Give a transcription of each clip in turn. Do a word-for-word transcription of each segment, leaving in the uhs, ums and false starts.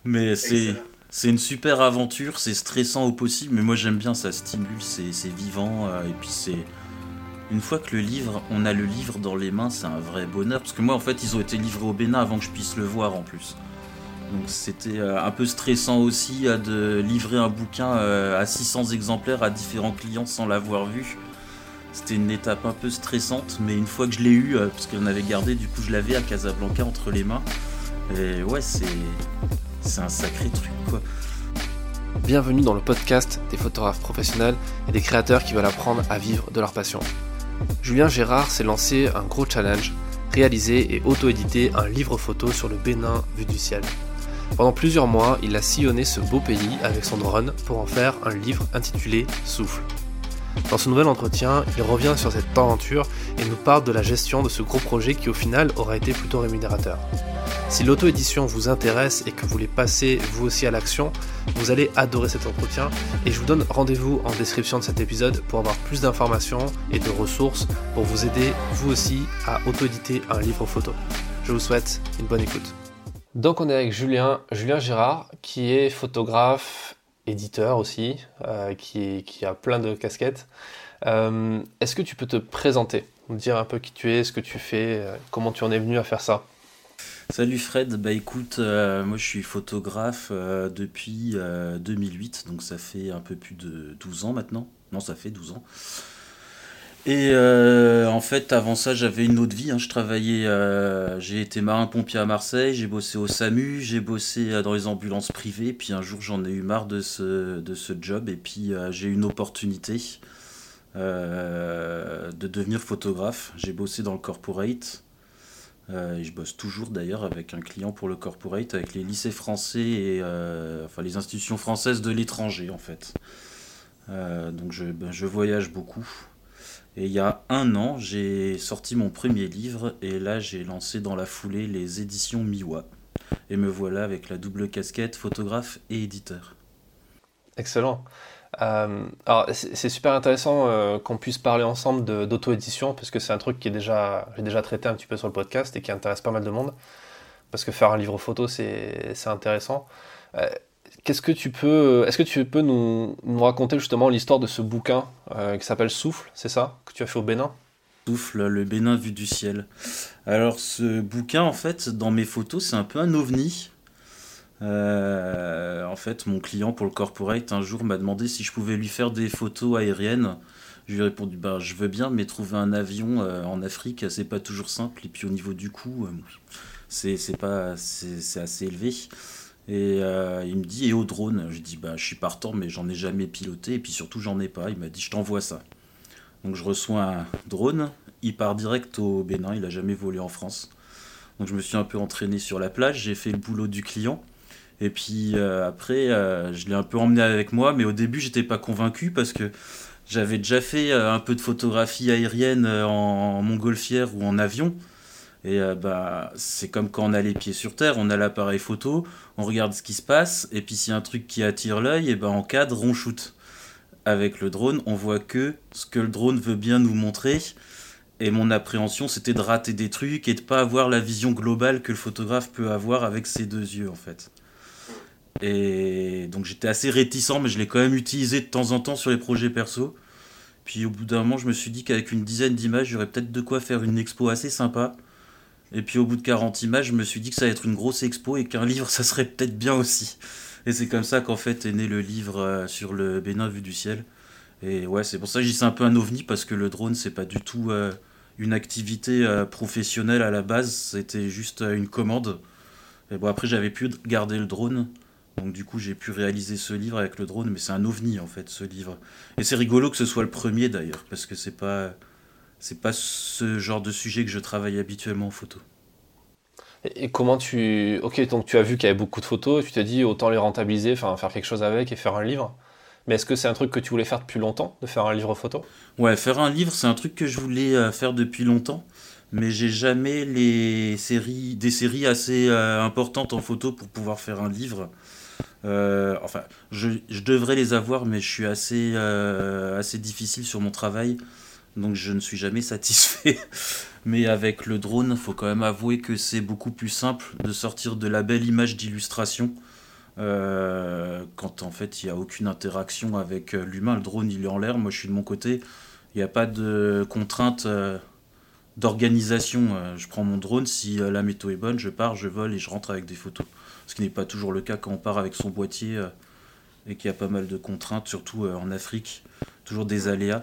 Mais c'est, Excellent. c'est une super aventure, c'est stressant au possible, mais moi j'aime bien, ça stimule, c'est, c'est vivant, euh, et puis c'est... Une fois que le livre, on a le livre dans les mains, c'est un vrai bonheur, parce que moi en fait ils ont été livrés au Bénin avant que je puisse le voir en plus. Donc c'était euh, un peu stressant aussi euh, de livrer un bouquin euh, à six cents exemplaires à différents clients sans l'avoir vu. C'était une étape un peu stressante, mais une fois que je l'ai eu, euh, parce qu'on avait gardé, du coup je l'avais à Casablanca entre les mains. Et ouais, c'est, c'est un sacré truc quoi. Bienvenue dans le podcast des photographes professionnels et des créateurs qui veulent apprendre à vivre de leur passion. Julien Gérard s'est lancé un gros challenge, réaliser et auto-éditer un livre photo sur le Bénin vu du ciel. Pendant plusieurs mois, il a sillonné ce beau pays avec son drone pour en faire un livre intitulé Souffle. Dans ce nouvel entretien, il revient sur cette aventure et nous parle de la gestion de ce gros projet qui au final aura été plutôt rémunérateur. Si l'auto-édition vous intéresse et que vous voulez passer vous aussi à l'action, vous allez adorer cet entretien et je vous donne rendez-vous en description de cet épisode pour avoir plus d'informations et de ressources pour vous aider vous aussi à auto-éditer un livre photo. Je vous souhaite une bonne écoute. Donc on est avec Julien, Julien Gérard qui est photographe, éditeur aussi, euh, qui, qui a plein de casquettes. Euh, est-ce que tu peux te présenter, nous dire un peu qui tu es, ce que tu fais, euh, comment tu en es venu à faire ça? Salut Fred, bah écoute, euh, moi je suis photographe euh, depuis euh, deux mille huit, donc ça fait un peu plus de douze ans maintenant. Non, ça fait douze ans. Et euh, en fait, avant ça, j'avais une autre vie, hein. Je travaillais, euh, j'ai été marin-pompier à Marseille, j'ai bossé au SAMU, j'ai bossé euh, dans les ambulances privées, puis un jour j'en ai eu marre de ce, de ce job, et puis euh, j'ai eu une opportunité euh, de devenir photographe. J'ai bossé dans le corporate. Euh, et je bosse toujours d'ailleurs avec un client pour le corporate, avec les lycées français et euh, enfin les institutions françaises de l'étranger en fait. Euh, donc je, ben, je voyage beaucoup. Et il y a un an, j'ai sorti mon premier livre et là j'ai lancé dans la foulée les éditions Miwa. Et me voilà avec la double casquette photographe et éditeur. Excellent. Euh, alors c'est, c'est super intéressant euh, qu'on puisse parler ensemble de, d'auto-édition parce que c'est un truc qui est déjà, j'ai déjà traité un petit peu sur le podcast et qui intéresse pas mal de monde parce que faire un livre photo c'est, c'est intéressant. Euh, qu'est-ce que tu peux, est-ce que tu peux nous, nous raconter justement l'histoire de ce bouquin euh, qui s'appelle Souffle, c'est ça, que tu as fait au Bénin? Souffle, le Bénin vu du ciel. Alors ce bouquin en fait, dans mes photos, c'est un peu un ovni. Euh, en fait, mon client pour le corporate un jour m'a demandé si je pouvais lui faire des photos aériennes. Je lui ai répondu bah, je veux bien, mais trouver un avion euh, en Afrique, c'est pas toujours simple. Et puis au niveau du coût, euh, c'est, c'est, pas, c'est, c'est assez élevé. Et euh, il me dit et au drone. Je lui dis bah, je suis partant, mais j'en ai jamais piloté. Et puis surtout, j'en ai pas. Il m'a dit je t'envoie ça. Donc je reçois un drone. Il part direct au Bénin. Il a jamais volé en France. Donc je me suis un peu entraîné sur la plage. J'ai fait le boulot du client. Et puis euh, après, euh, je l'ai un peu emmené avec moi, mais au début, j'étais pas convaincu parce que j'avais déjà fait euh, un peu de photographie aérienne euh, en, en montgolfière ou en avion. Et euh, bah, c'est comme quand on a les pieds sur terre, on a l'appareil photo, on regarde ce qui se passe, et puis s'il y a un truc qui attire l'œil, et ben en cadre, on shoot. Avec le drone, on voit que ce que le drone veut bien nous montrer. Et mon appréhension, c'était de rater des trucs et de pas avoir la vision globale que le photographe peut avoir avec ses deux yeux, en fait. Et donc j'étais assez réticent, mais je l'ai quand même utilisé de temps en temps sur les projets perso. Puis au bout d'un moment, je me suis dit qu'avec une dizaine d'images, j'aurais peut-être de quoi faire une expo assez sympa. Et puis au bout de quarante images, je me suis dit que ça allait être une grosse expo et qu'un livre, ça serait peut-être bien aussi. Et c'est comme ça qu'en fait est né le livre euh, sur le Bénin vu du ciel. Et ouais, c'est pour ça que je dis c'est un peu un ovni, parce que le drone, c'est pas du tout euh, une activité euh, professionnelle à la base, c'était juste euh, une commande. Et bon, après, j'avais pu garder le drone. Donc du coup j'ai pu réaliser ce livre avec le drone, mais c'est un ovni en fait ce livre. Et c'est rigolo que ce soit le premier d'ailleurs, parce que c'est pas c'est pas ce genre de sujet que je travaille habituellement en photo. Et, et comment tu, ok, donc tu as vu qu'il y avait beaucoup de photos, et tu t'es dit autant les rentabiliser, enfin faire quelque chose avec et faire un livre. Mais est-ce que c'est un truc que tu voulais faire depuis longtemps, de faire un livre photo? Ouais, faire un livre c'est un truc que je voulais euh, faire depuis longtemps, mais j'ai jamais les séries des séries assez euh, importantes en photo pour pouvoir faire un livre. Euh, enfin, je, je devrais les avoir, mais je suis assez, euh, assez difficile sur mon travail, donc je ne suis jamais satisfait. Mais avec le drone, il faut quand même avouer que c'est beaucoup plus simple de sortir de la belle image d'illustration Euh, quand en fait il n'y a aucune interaction avec euh, l'humain, le drone il est en l'air, moi je suis de mon côté, il n'y a pas de contrainte euh, d'organisation. Euh, je prends mon drone, si euh, la météo est bonne, je pars, je vole et je rentre avec des photos. Ce qui n'est pas toujours le cas quand on part avec son boîtier euh, et qu'il y a pas mal de contraintes, surtout euh, en Afrique, toujours des aléas.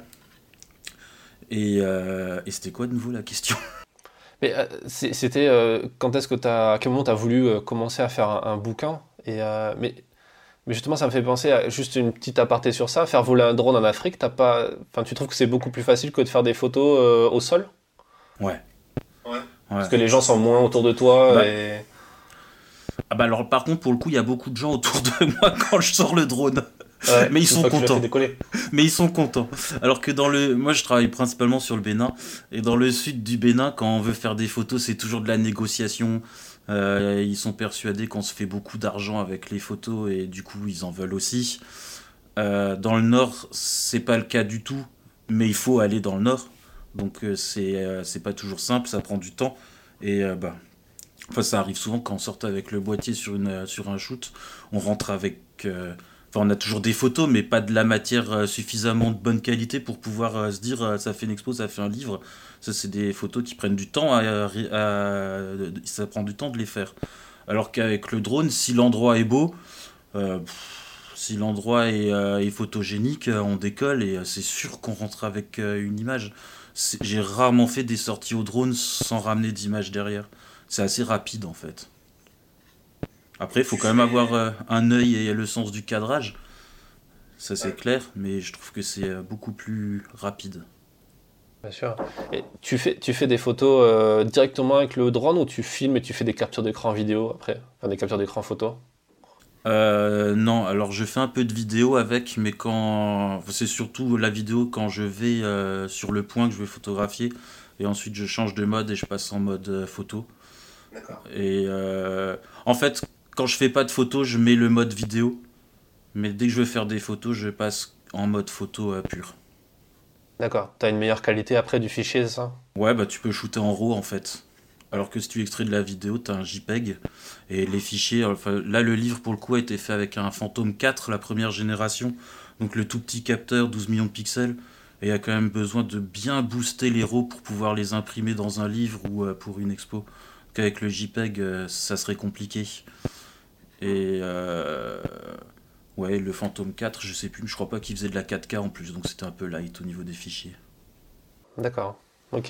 Et, euh, et c'était quoi de nouveau la question? Mais euh, c'est- c'était euh, quand est-ce que t'as, à quel moment tu as voulu euh, commencer à faire un, un bouquin et, euh, mais, mais justement, ça me fait penser à juste une petite aparté sur ça. Faire voler un drone en Afrique, t'as pas, enfin, tu trouves que c'est beaucoup plus facile que de faire des photos euh, au sol? Ouais, Ouais. Parce ouais. que les gens sont moins autour de toi Bah, et... ah bah alors par contre pour le coup il y a beaucoup de gens autour de moi quand je sors le drone. Ouais, Mais ils une sont fois que tu l'as fait contents. décoller. Mais ils sont contents. Alors que dans le... Moi, je travaille principalement sur le Bénin. Et dans le sud du Bénin, quand on veut faire des photos, c'est toujours de la négociation. Euh, ils sont persuadés qu'on se fait beaucoup d'argent avec les photos et du coup, ils en veulent aussi. Euh, dans le nord, c'est pas le cas du tout. Mais il faut aller dans le nord. Donc, euh, c'est euh, c'est pas toujours simple, ça prend du temps. Et euh, bah... Enfin, ça arrive souvent quand on sort avec le boîtier sur, une, sur un shoot. On rentre avec... euh, Enfin, on a toujours des photos, mais pas de la matière euh, suffisamment de bonne qualité pour pouvoir euh, se dire euh, ça fait une expo, ça fait un livre. Ça, c'est des photos qui prennent du temps à, à- à- ça prend du temps de les faire. Alors qu'avec le drone, si l'endroit est beau, euh, pff, si l'endroit est, euh, est photogénique, euh, on décolle et euh, c'est sûr qu'on rentre avec euh, une image. C'est- J'ai rarement fait des sorties au drone sans ramener d'image derrière. C'est assez rapide en fait. Après, il faut Tu quand même fais. avoir euh, un œil et le sens du cadrage. Ça c'est Ouais. clair, mais je trouve que c'est euh, beaucoup plus rapide. Bien sûr. Et tu fais, tu fais des photos euh, directement avec le drone ou tu filmes et tu fais des captures d'écran vidéo après? Enfin, des captures d'écran photo? Euh, non, alors je fais un peu de vidéo avec, mais quand c'est surtout la vidéo quand je vais euh, sur le point que je vais photographier, et ensuite je change de mode et je passe en mode euh, photo. D'accord. Et euh, en fait, quand je fais pas de photo, je mets le mode vidéo, mais dès que je veux faire des photos, je passe en mode photo euh, pur. D'accord. T'as une meilleure qualité après du fichier, c'est ça? Ouais, bah tu peux shooter en RAW en fait. Alors que si tu extrais de la vidéo, t'as un JPEG. Et les fichiers, enfin, là le livre pour le coup a été fait avec un Phantom quatre, la première génération. Donc le tout petit capteur, douze millions de pixels. Et il y a quand même besoin de bien booster les RAW pour pouvoir les imprimer dans un livre ou euh, pour une expo. Qu'avec le JPEG, euh, ça serait compliqué. Et euh, ouais, le Phantom quatre, je sais plus, je crois pas qu'il faisait de la quatre K en plus. Donc c'était un peu light au niveau des fichiers. D'accord. Ok.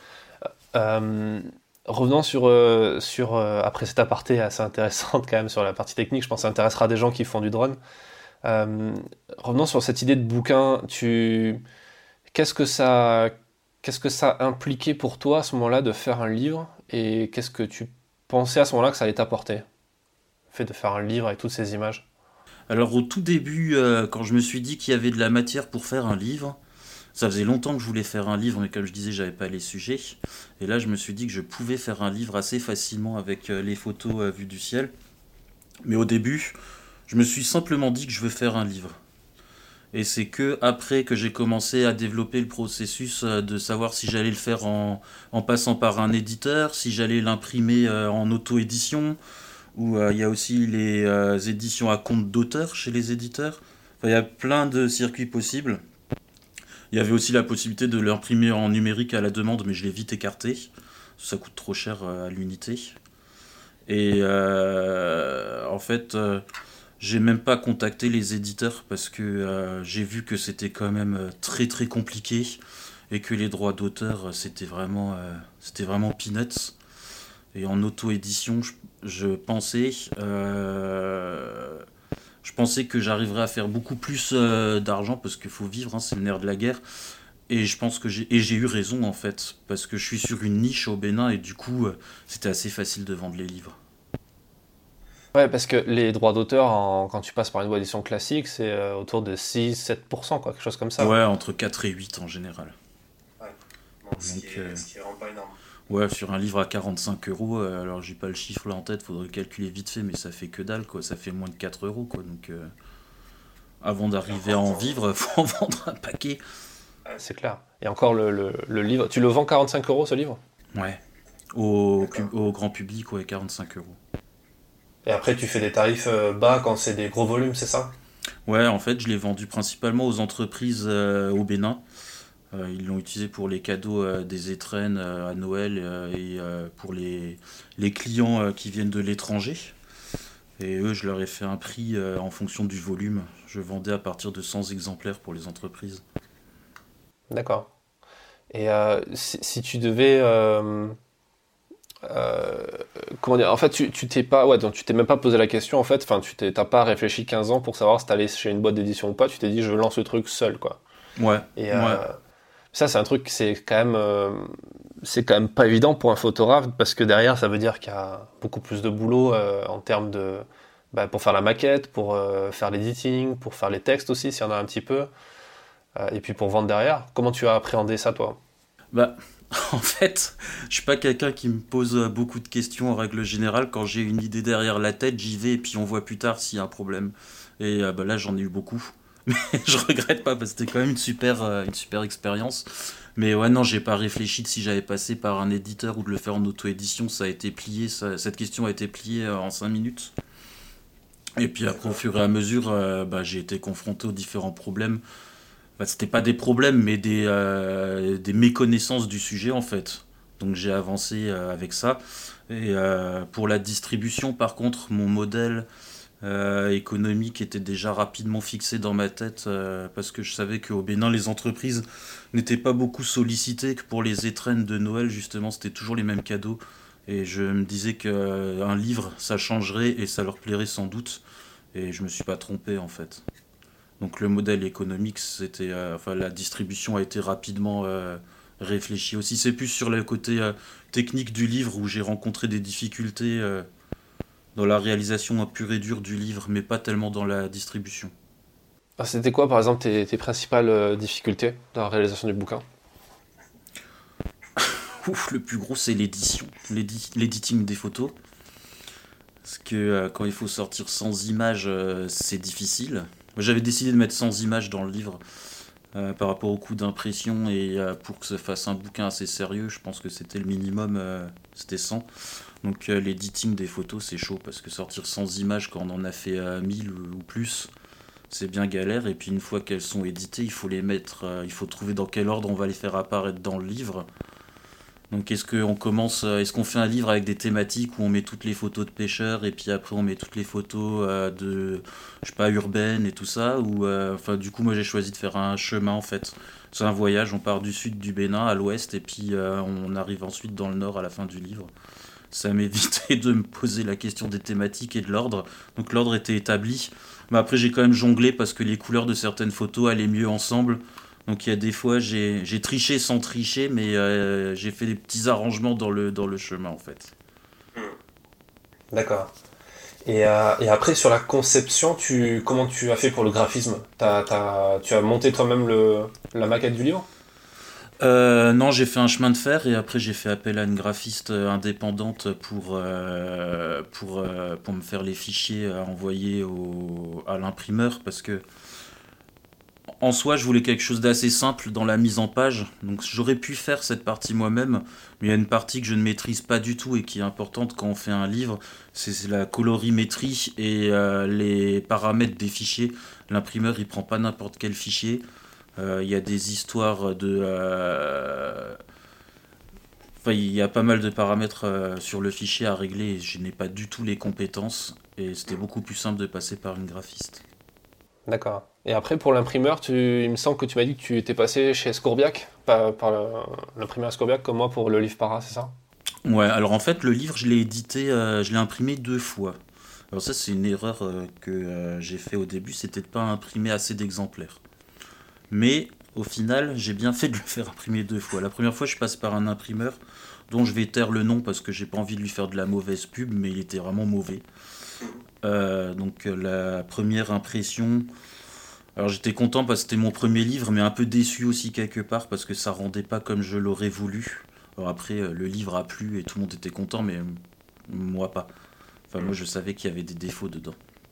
Euh, revenons sur, euh, sur euh, après cette aparté assez intéressante quand même sur la partie technique, je pense que ça intéressera des gens qui font du drone. Euh, revenons sur cette idée de bouquin. Tu, qu'est-ce que ça, qu'est-ce que ça impliquait pour toi à ce moment-là de faire un livre et qu'est-ce que tu pensais à ce moment-là que ça allait t'apporter, le fait de faire un livre avec toutes ces images? Alors au tout début, euh, quand je me suis dit qu'il y avait de la matière pour faire un livre, ça faisait longtemps que je voulais faire un livre, mais comme je disais, j'avais pas les sujets. Et là, je me suis dit que je pouvais faire un livre assez facilement avec euh, les photos euh, vues du ciel. Mais au début, je me suis simplement dit que je veux faire un livre. Et c'est que après que j'ai commencé à développer le processus euh, de savoir si j'allais le faire en, en passant par un éditeur, si j'allais l'imprimer euh, en auto-édition, ou euh, il y a aussi les euh, éditions à compte d'auteur chez les éditeurs. Enfin, il y a plein de circuits possibles. Il y avait aussi la possibilité de l'imprimer en numérique à la demande, mais je l'ai vite écarté. Ça coûte trop cher euh, à l'unité. Et euh, en fait, euh, j'ai même pas contacté les éditeurs parce que euh, j'ai vu que c'était quand même euh, très très compliqué et que les droits d'auteur, euh, c'était vraiment, euh, c'était vraiment peanuts. Et en auto-édition, je, je pensais, euh, je pensais que j'arriverais à faire beaucoup plus euh, d'argent parce qu'il faut vivre, hein, c'est le nerf de la guerre. Et je pense que j'ai et j'ai eu raison en fait parce que je suis sur une niche au Bénin et du coup euh, c'était assez facile de vendre les livres. Ouais, parce que les droits d'auteur, en- quand tu passes par une boîte d'édition classique, c'est euh, autour de six sept pour cent, quoi, quelque chose comme ça. Ouais, entre quatre et huit en général. Ouais. Bon, ce, Donc qui est, euh, ce qui est vraiment pas énorme. ouais, sur un livre à quarante-cinq euros, euh, alors j'ai pas le chiffre là en tête, faudrait le calculer vite fait, mais ça fait que dalle quoi, ça fait moins de quatre euros quoi. Donc euh, avant d'arriver à en vivre, faut en vendre un paquet. C'est clair. Et encore, le, le, le livre, tu le vends quarante-cinq euros ce livre? Ouais, au, D'accord. pub- au grand public, ouais, quarante-cinq euros. Et après, tu fais des tarifs euh, bas quand c'est des gros volumes, c'est ça? Ouais, en fait, je l'ai vendu principalement aux entreprises euh, au Bénin. Euh, ils l'ont utilisé pour les cadeaux euh, des étrennes euh, à Noël euh, et euh, pour les, les clients euh, qui viennent de l'étranger. Et eux, je leur ai fait un prix euh, en fonction du volume. Je vendais à partir de cent exemplaires pour les entreprises. D'accord. Et euh, si, si tu devais... euh, euh, comment dire? En fait, tu, tu t'es pas... Ouais, donc tu t'es même pas posé la question, en fait. Enfin, tu t'es, t'as pas réfléchi quinze ans pour savoir si t'allais chez une boîte d'édition ou pas. Tu t'es dit, je lance le truc seul, quoi. Ouais, Et ouais. euh, ça, c'est un truc, c'est quand même... euh, c'est quand même pas évident pour un photographe, parce que derrière, ça veut dire qu'il y a beaucoup plus de boulot euh, en termes de... bah, pour faire la maquette, pour euh, faire l'editing, pour faire les textes aussi, s'il y en a un petit peu. Euh, et puis pour vendre derrière. Comment tu as appréhendé ça, toi? Bah, en fait, je suis pas quelqu'un qui me pose euh, beaucoup de questions en règle générale. Quand j'ai une idée derrière la tête, j'y vais et puis on voit plus tard s'il y a un problème. Et euh, bah, là, j'en ai eu beaucoup. Mais je regrette pas parce que c'était quand même une super, euh, une super expérience. Mais ouais, non, j'ai pas réfléchi de si j'avais passé par un éditeur ou de le faire en auto-édition. Ça a été plié, ça- cette question a été pliée euh, en cinq minutes. Et puis après, au D'accord. fur et à mesure, euh, bah, j'ai été confronté aux différents problèmes. Bah, c'était pas des problèmes, mais des, euh, des méconnaissances du sujet en fait. Donc j'ai avancé euh, avec ça. Et euh, pour la distribution, par contre, mon modèle euh, économique était déjà rapidement fixé dans ma tête euh, parce que je savais qu'au Bénin, les entreprises n'étaient pas beaucoup sollicitées, que pour les étrennes de Noël, justement, c'était toujours les mêmes cadeaux. Et je me disais qu'un livre, ça changerait et ça leur plairait sans doute. Et je me suis pas trompé en fait. Donc le modèle économique, c'était, euh, enfin la distribution a été rapidement euh, réfléchie aussi. C'est plus sur le côté euh, technique du livre où j'ai rencontré des difficultés euh, dans la réalisation pure et dure du livre, mais pas tellement dans la distribution. Ah, c'était quoi, par exemple, tes, tes principales euh, difficultés dans la réalisation du bouquin? Ouf, le plus gros c'est l'édition, L'édi- l'editing des photos. Parce que euh, quand il faut sortir sans images, euh, c'est difficile. Moi, j'avais décidé de mettre cent images dans le livre euh, par rapport au coût d'impression et euh, pour que ça fasse un bouquin assez sérieux, je pense que c'était le minimum, euh, c'était cent. Donc euh, l'editing des photos c'est chaud parce que sortir cent images quand on en a fait euh, mille ou, ou plus, c'est bien galère. Et puis une fois qu'elles sont éditées, il faut les mettre, euh, il faut trouver dans quel ordre on va les faire apparaître dans le livre. Donc est-ce qu'on commence, euh, est-ce qu'on fait un livre avec des thématiques où on met toutes les photos de pêcheurs et puis après on met toutes les photos euh, de, je sais pas, urbaines et tout ça ou euh, enfin du coup moi j'ai choisi de faire un chemin en fait. C'est un voyage, on part du sud du Bénin à l'ouest et puis euh, on arrive ensuite dans le nord à la fin du livre. Ça m'évitait de me poser la question des thématiques et de l'ordre. Donc l'ordre était établi. Mais après j'ai quand même jonglé parce que les couleurs de certaines photos allaient mieux ensemble. Donc il y a des fois j'ai j'ai triché sans tricher, mais euh, j'ai fait des petits arrangements dans le, dans le chemin en fait. Hmm. D'accord. Et, euh, et après, sur la conception, tu, comment tu as fait pour le graphisme? T'as, t'as- tu as monté toi-même le, la maquette du livre? Euh, non, j'ai fait un chemin de fer et après j'ai fait appel à une graphiste euh, indépendante pour, euh, pour, euh, pour me faire les fichiers à envoyer au, à l'imprimeur parce que en soi, je voulais quelque chose d'assez simple dans la mise en page. Donc j'aurais pu faire cette partie moi-même, mais il y a une partie que je ne maîtrise pas du tout et qui est importante quand on fait un livre, c'est c'est la colorimétrie et euh, les paramètres des fichiers. L'imprimeur, il prend pas n'importe quel fichier. Euh, Il y a des histoires de... euh, Enfin, il y a pas mal de paramètres euh, sur le fichier à régler et je n'ai pas du tout les compétences. Et c'était beaucoup plus simple de passer par une graphiste. D'accord. Et après, pour l'imprimeur, tu, il me semble que tu m'as dit que tu étais passé chez Scourbiac, par, par le- l'imprimeur Scourbiac, comme moi pour le livre Para, c'est ça? Ouais, alors en fait, le livre, je l'ai édité, euh, je l'ai imprimé deux fois. Alors ça, c'est une erreur euh, que euh, j'ai fait au début, c'était de pas imprimer assez d'exemplaires. Mais au final, j'ai bien fait de le faire imprimer deux fois. La première fois, je passe par un imprimeur dont je vais taire le nom parce que j'ai pas envie de lui faire de la mauvaise pub, mais il était vraiment mauvais. Euh, donc euh, la première impression, alors j'étais content parce que c'était mon premier livre, mais un peu déçu aussi quelque part parce que ça rendait pas comme je l'aurais voulu. Alors après, euh, le livre a plu et tout le monde était content, mais euh, moi pas. Enfin, moi je savais qu'il y avait des défauts dedans.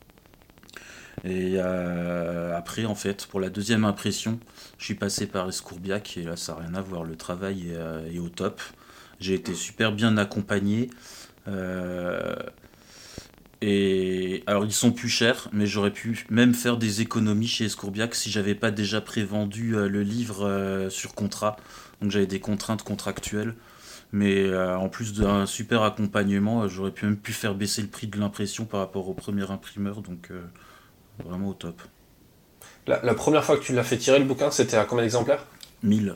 Et euh, après, en fait, pour la deuxième impression, je suis passé par Escourbiac et là, ça n'a rien à voir. Le travail est, euh, est au top. J'ai été super bien accompagné. Euh, Et alors ils sont plus chers, mais j'aurais pu même faire des économies chez Escourbiac si j'avais pas déjà prévendu euh, le livre euh, sur contrat. Donc j'avais des contraintes contractuelles. Mais euh, en plus d'un super accompagnement, euh, j'aurais pu même pu faire baisser le prix de l'impression par rapport au premier imprimeur. Donc euh, vraiment au top. La, la première fois que tu l'as fait tirer le bouquin, c'était à combien d'exemplaires? mille.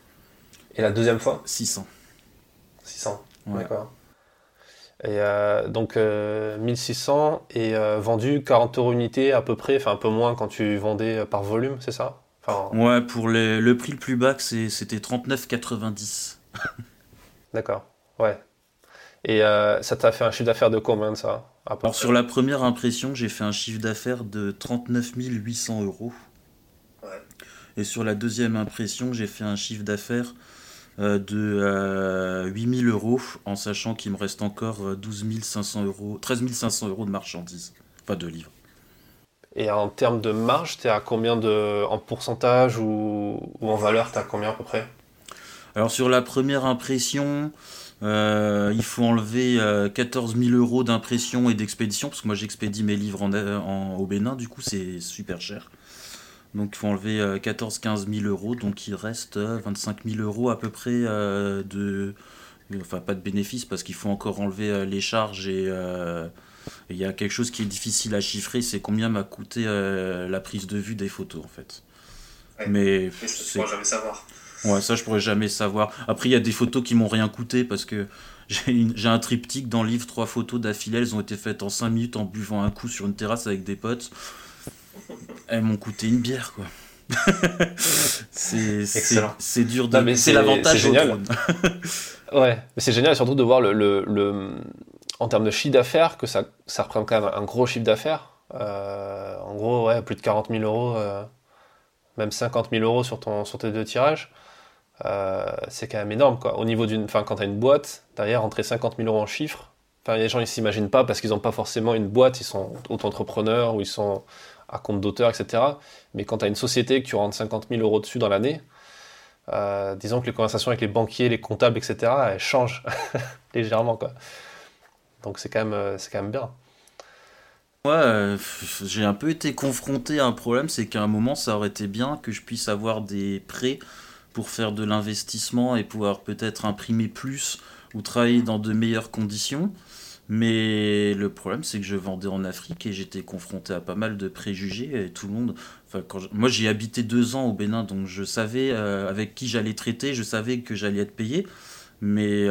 Et la deuxième fois? six cents. six cents. Ouais. D'accord. Et euh, donc euh, mille six cents et euh, vendu quarante euros unité à peu près, enfin un peu moins quand tu vendais par volume, c'est ça? Enfin, Ouais, pour les- le prix le plus bas, c'est- c'était trente-neuf quatre-vingt-dix. d'accord, ouais. Et euh, ça t'a fait un chiffre d'affaires de combien de ça, à peu Alors près? sur la première impression, j'ai fait un chiffre d'affaires de trente-neuf mille huit cents euros. Ouais. Et sur la deuxième impression, j'ai fait un chiffre d'affaires euh, de euh, huit mille euros, en sachant qu'il me reste encore euh, douze mille cinq cents euros, treize mille cinq cents euros de marchandises, enfin de livres. Et en termes de marge, t'es à combien de, en pourcentage ou, ou en valeur, t'as combien à peu près? Alors sur la première impression, euh, il faut enlever euh, quatorze mille euros d'impression et d'expédition, parce que moi j'expédie mes livres en, en- au Bénin, du coup c'est super cher. Donc il faut enlever euh, quatorze à quinze mille euros, donc il reste euh, vingt-cinq mille euros à peu près euh, de... Enfin pas de bénéfices, parce qu'il faut encore enlever euh, les charges et... euh, et il y a quelque chose qui est difficile à chiffrer, c'est combien m'a coûté euh, la prise de vue des photos en fait. Ouais. Mais Et ça, tu c'est... pourras jamais savoir. Ouais, ça je pourrais jamais savoir. Après il y a des photos qui m'ont rien coûté parce que j'ai, une- j'ai un triptyque dans le livre, trois photos d'affilée, elles ont été faites en cinq minutes en buvant un coup sur une terrasse avec des potes. Elles m'ont coûté une bière quoi. c'est, c'est, Excellent. c'est dur de... Non, mais c'est c'est- l'avantage c'est au génial. drone. Ouais, mais c'est génial surtout de voir le, le, le- en termes de chiffre d'affaires que ça, ça représente quand même un gros chiffre d'affaires. Euh, en gros, ouais, plus de quarante mille euros, euh, même cinquante mille euros sur, ton, sur tes deux tirages. Euh, c'est quand même énorme, quoi. Au niveau d'une, enfin, quand t'as une boîte, derrière, entrer cinquante mille euros en chiffre, enfin, les gens, ils s'imaginent pas parce qu'ils n'ont pas forcément une boîte, ils sont auto-entrepreneurs ou ils sont à compte d'auteur, et cetera. Mais quand t'as une société que tu rentres cinquante mille euros dessus dans l'année, euh, disons que les conversations avec les banquiers, les comptables, et cetera, elles changent légèrement, quoi. Donc c'est quand même, euh, c'est quand même bien. Ouais, euh, f- j'ai un peu été confronté à un problème, c'est qu'à un moment ça aurait été bien que je puisse avoir des prêts pour faire de l'investissement et pouvoir peut-être imprimer plus ou travailler dans de meilleures conditions. Mais le problème, c'est que je vendais en Afrique et j'étais confronté à pas mal de préjugés et tout le monde. Enfin, quand je- moi, j'y ai habité deux ans au Bénin, donc je savais euh, avec qui j'allais traiter, je savais que j'allais être payé. Mais,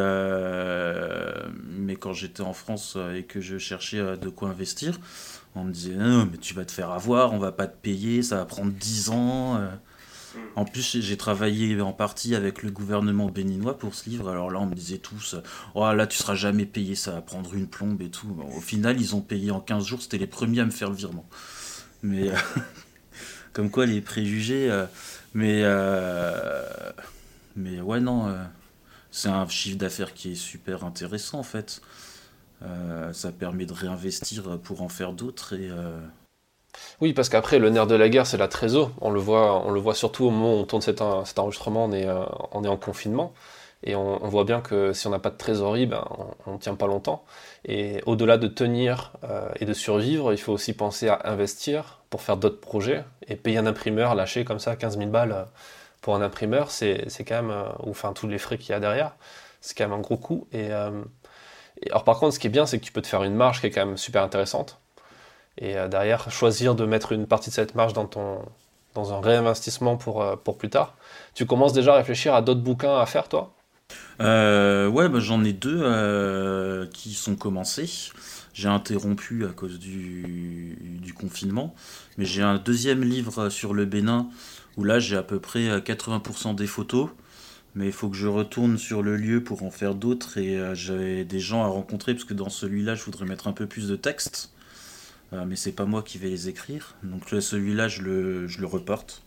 euh, mais quand j'étais en France euh, et que je cherchais euh, de quoi investir, on me disait non, mais tu vas te faire avoir, on va pas te payer, ça va prendre dix ans. euh. Mm. En plus, j'ai j'ai travaillé en partie avec le gouvernement béninois pour ce livre. Alors là, on me disait tous, euh, oh là, tu seras jamais payé, ça va prendre une plombe et tout. Bon, au final, ils ont payé en quinze jours, c'était les premiers à me faire le virement. Mais euh, comme quoi, les préjugés. euh, mais, euh, mais ouais, non, euh, c'est un chiffre d'affaires qui est super intéressant en fait. Euh, ça permet de réinvestir pour en faire d'autres et. euh, Oui, parce qu'après, le nerf de la guerre, c'est la trésor. On le voit, on le voit surtout au moment où on tourne cet, en- cet enregistrement, on est, euh, on est en confinement. Et on, on voit bien que si on n'a pas de trésorerie, ben, on ne tient pas longtemps. Et au-delà de tenir euh, et de survivre, il faut aussi penser à investir pour faire d'autres projets. Et payer un imprimeur, lâcher comme ça quinze mille balles euh, pour un imprimeur, c'est c'est quand même, euh, ou enfin tous les frais qu'il y a derrière, c'est quand même un gros coût. Et, euh, et alors par contre, ce qui est bien, c'est que tu peux te faire une marge qui est quand même super intéressante. Et euh, derrière, choisir de mettre une partie de cette marge dans, ton, dans un réinvestissement pour, euh, pour plus tard. Tu commences déjà à réfléchir à d'autres bouquins à faire, toi? Euh, ouais, bah, j'en ai deux euh, qui sont commencés. J'ai interrompu à cause du, du confinement. Mais j'ai un deuxième livre sur le Bénin où là j'ai à peu près euh, quatre-vingts pour cent des photos. Mais il faut que je retourne sur le lieu pour en faire d'autres et euh, j'avais des gens à rencontrer parce que dans celui-là je voudrais mettre un peu plus de texte. Euh, mais c'est pas moi qui vais les écrire. Donc là, celui-là je le, je le reporte.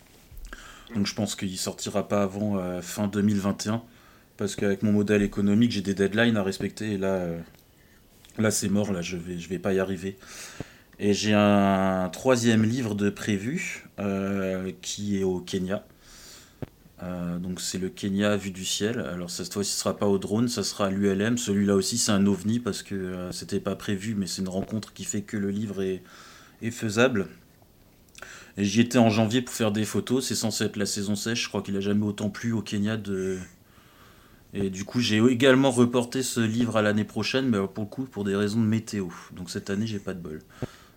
Donc je pense qu'il sortira pas avant euh, fin deux mille vingt et un. Parce qu'avec mon modèle économique, j'ai des deadlines à respecter et là, euh, là c'est mort, là je vais, je vais pas y arriver. Et j'ai un troisième livre de prévu euh, qui est au Kenya. Euh, donc c'est le Kenya vu du ciel. Alors cette fois-ci ce sera pas au drone, ça sera à l'U L M. Celui-là aussi c'est un ovni parce que euh, c'était pas prévu, mais c'est une rencontre qui fait que le livre est, est faisable. Et j'y étais en janvier pour faire des photos, c'est censé être la saison sèche, je crois qu'il a jamais autant plu au Kenya de... Et du coup j'ai également reporté ce livre à l'année prochaine, mais pour le coup pour des raisons de météo. Donc cette année j'ai pas de bol.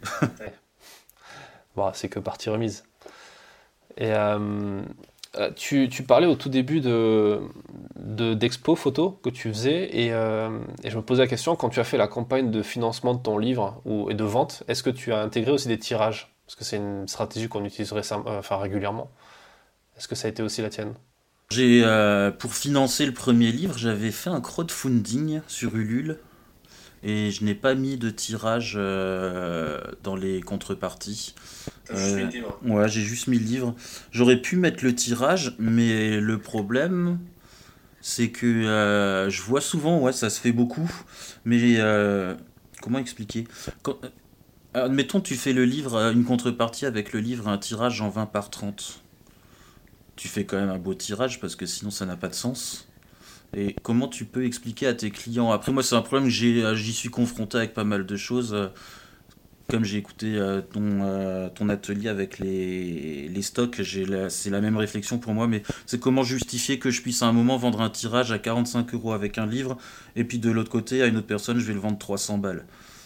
Bon, c'est que partie remise. Et euh, tu, tu parlais au tout début de, de, d'expo photo que tu faisais, et, euh, et je me posais la question, quand tu as fait la campagne de financement de ton livre ou, et de vente, est-ce que tu as intégré aussi des tirages? Parce que c'est une stratégie qu'on utilise récem- euh, enfin, régulièrement. Est-ce que ça a été aussi la tienne? J'ai, euh, pour financer le premier livre, j'avais fait un crowdfunding sur Ulule et je n'ai pas mis de tirage euh, dans les contreparties. T'as juste mis Euh, le livre. ouais, j'ai juste mis le livre. J'aurais pu mettre le tirage, mais le problème, c'est que euh, je vois souvent, ouais, ça se fait beaucoup, mais euh, comment expliquer? Quand, euh, admettons, tu fais le livre, euh, une contrepartie avec le livre, un tirage en vingt par trente. Tu fais quand même un beau tirage parce que sinon ça n'a pas de sens. Et comment tu peux expliquer à tes clients? Après, moi, c'est un problème que j'ai, euh, j'y suis confronté avec pas mal de choses. euh, Comme j'ai écouté euh, ton, euh, ton atelier avec les, les stocks, j'ai la- c'est la même réflexion pour moi, mais c'est comment justifier que je puisse à un moment vendre un tirage à quarante-cinq euros avec un livre, et puis de l'autre côté, à une autre personne, je vais le vendre trois cents balles.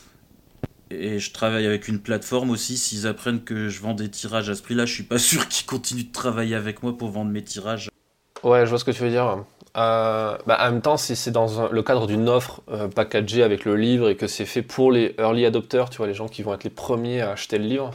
Et je travaille avec une plateforme aussi, s'ils apprennent que je vends des tirages à ce prix-là, je suis pas sûr qu'ils continuent de travailler avec moi pour vendre mes tirages. Ouais, je vois ce que tu veux dire. Euh, bah, en même temps, si c'est dans un- le cadre d'une offre euh, packagée avec le livre et que c'est fait pour les early adopters, tu vois, les gens qui vont être les premiers à acheter le livre,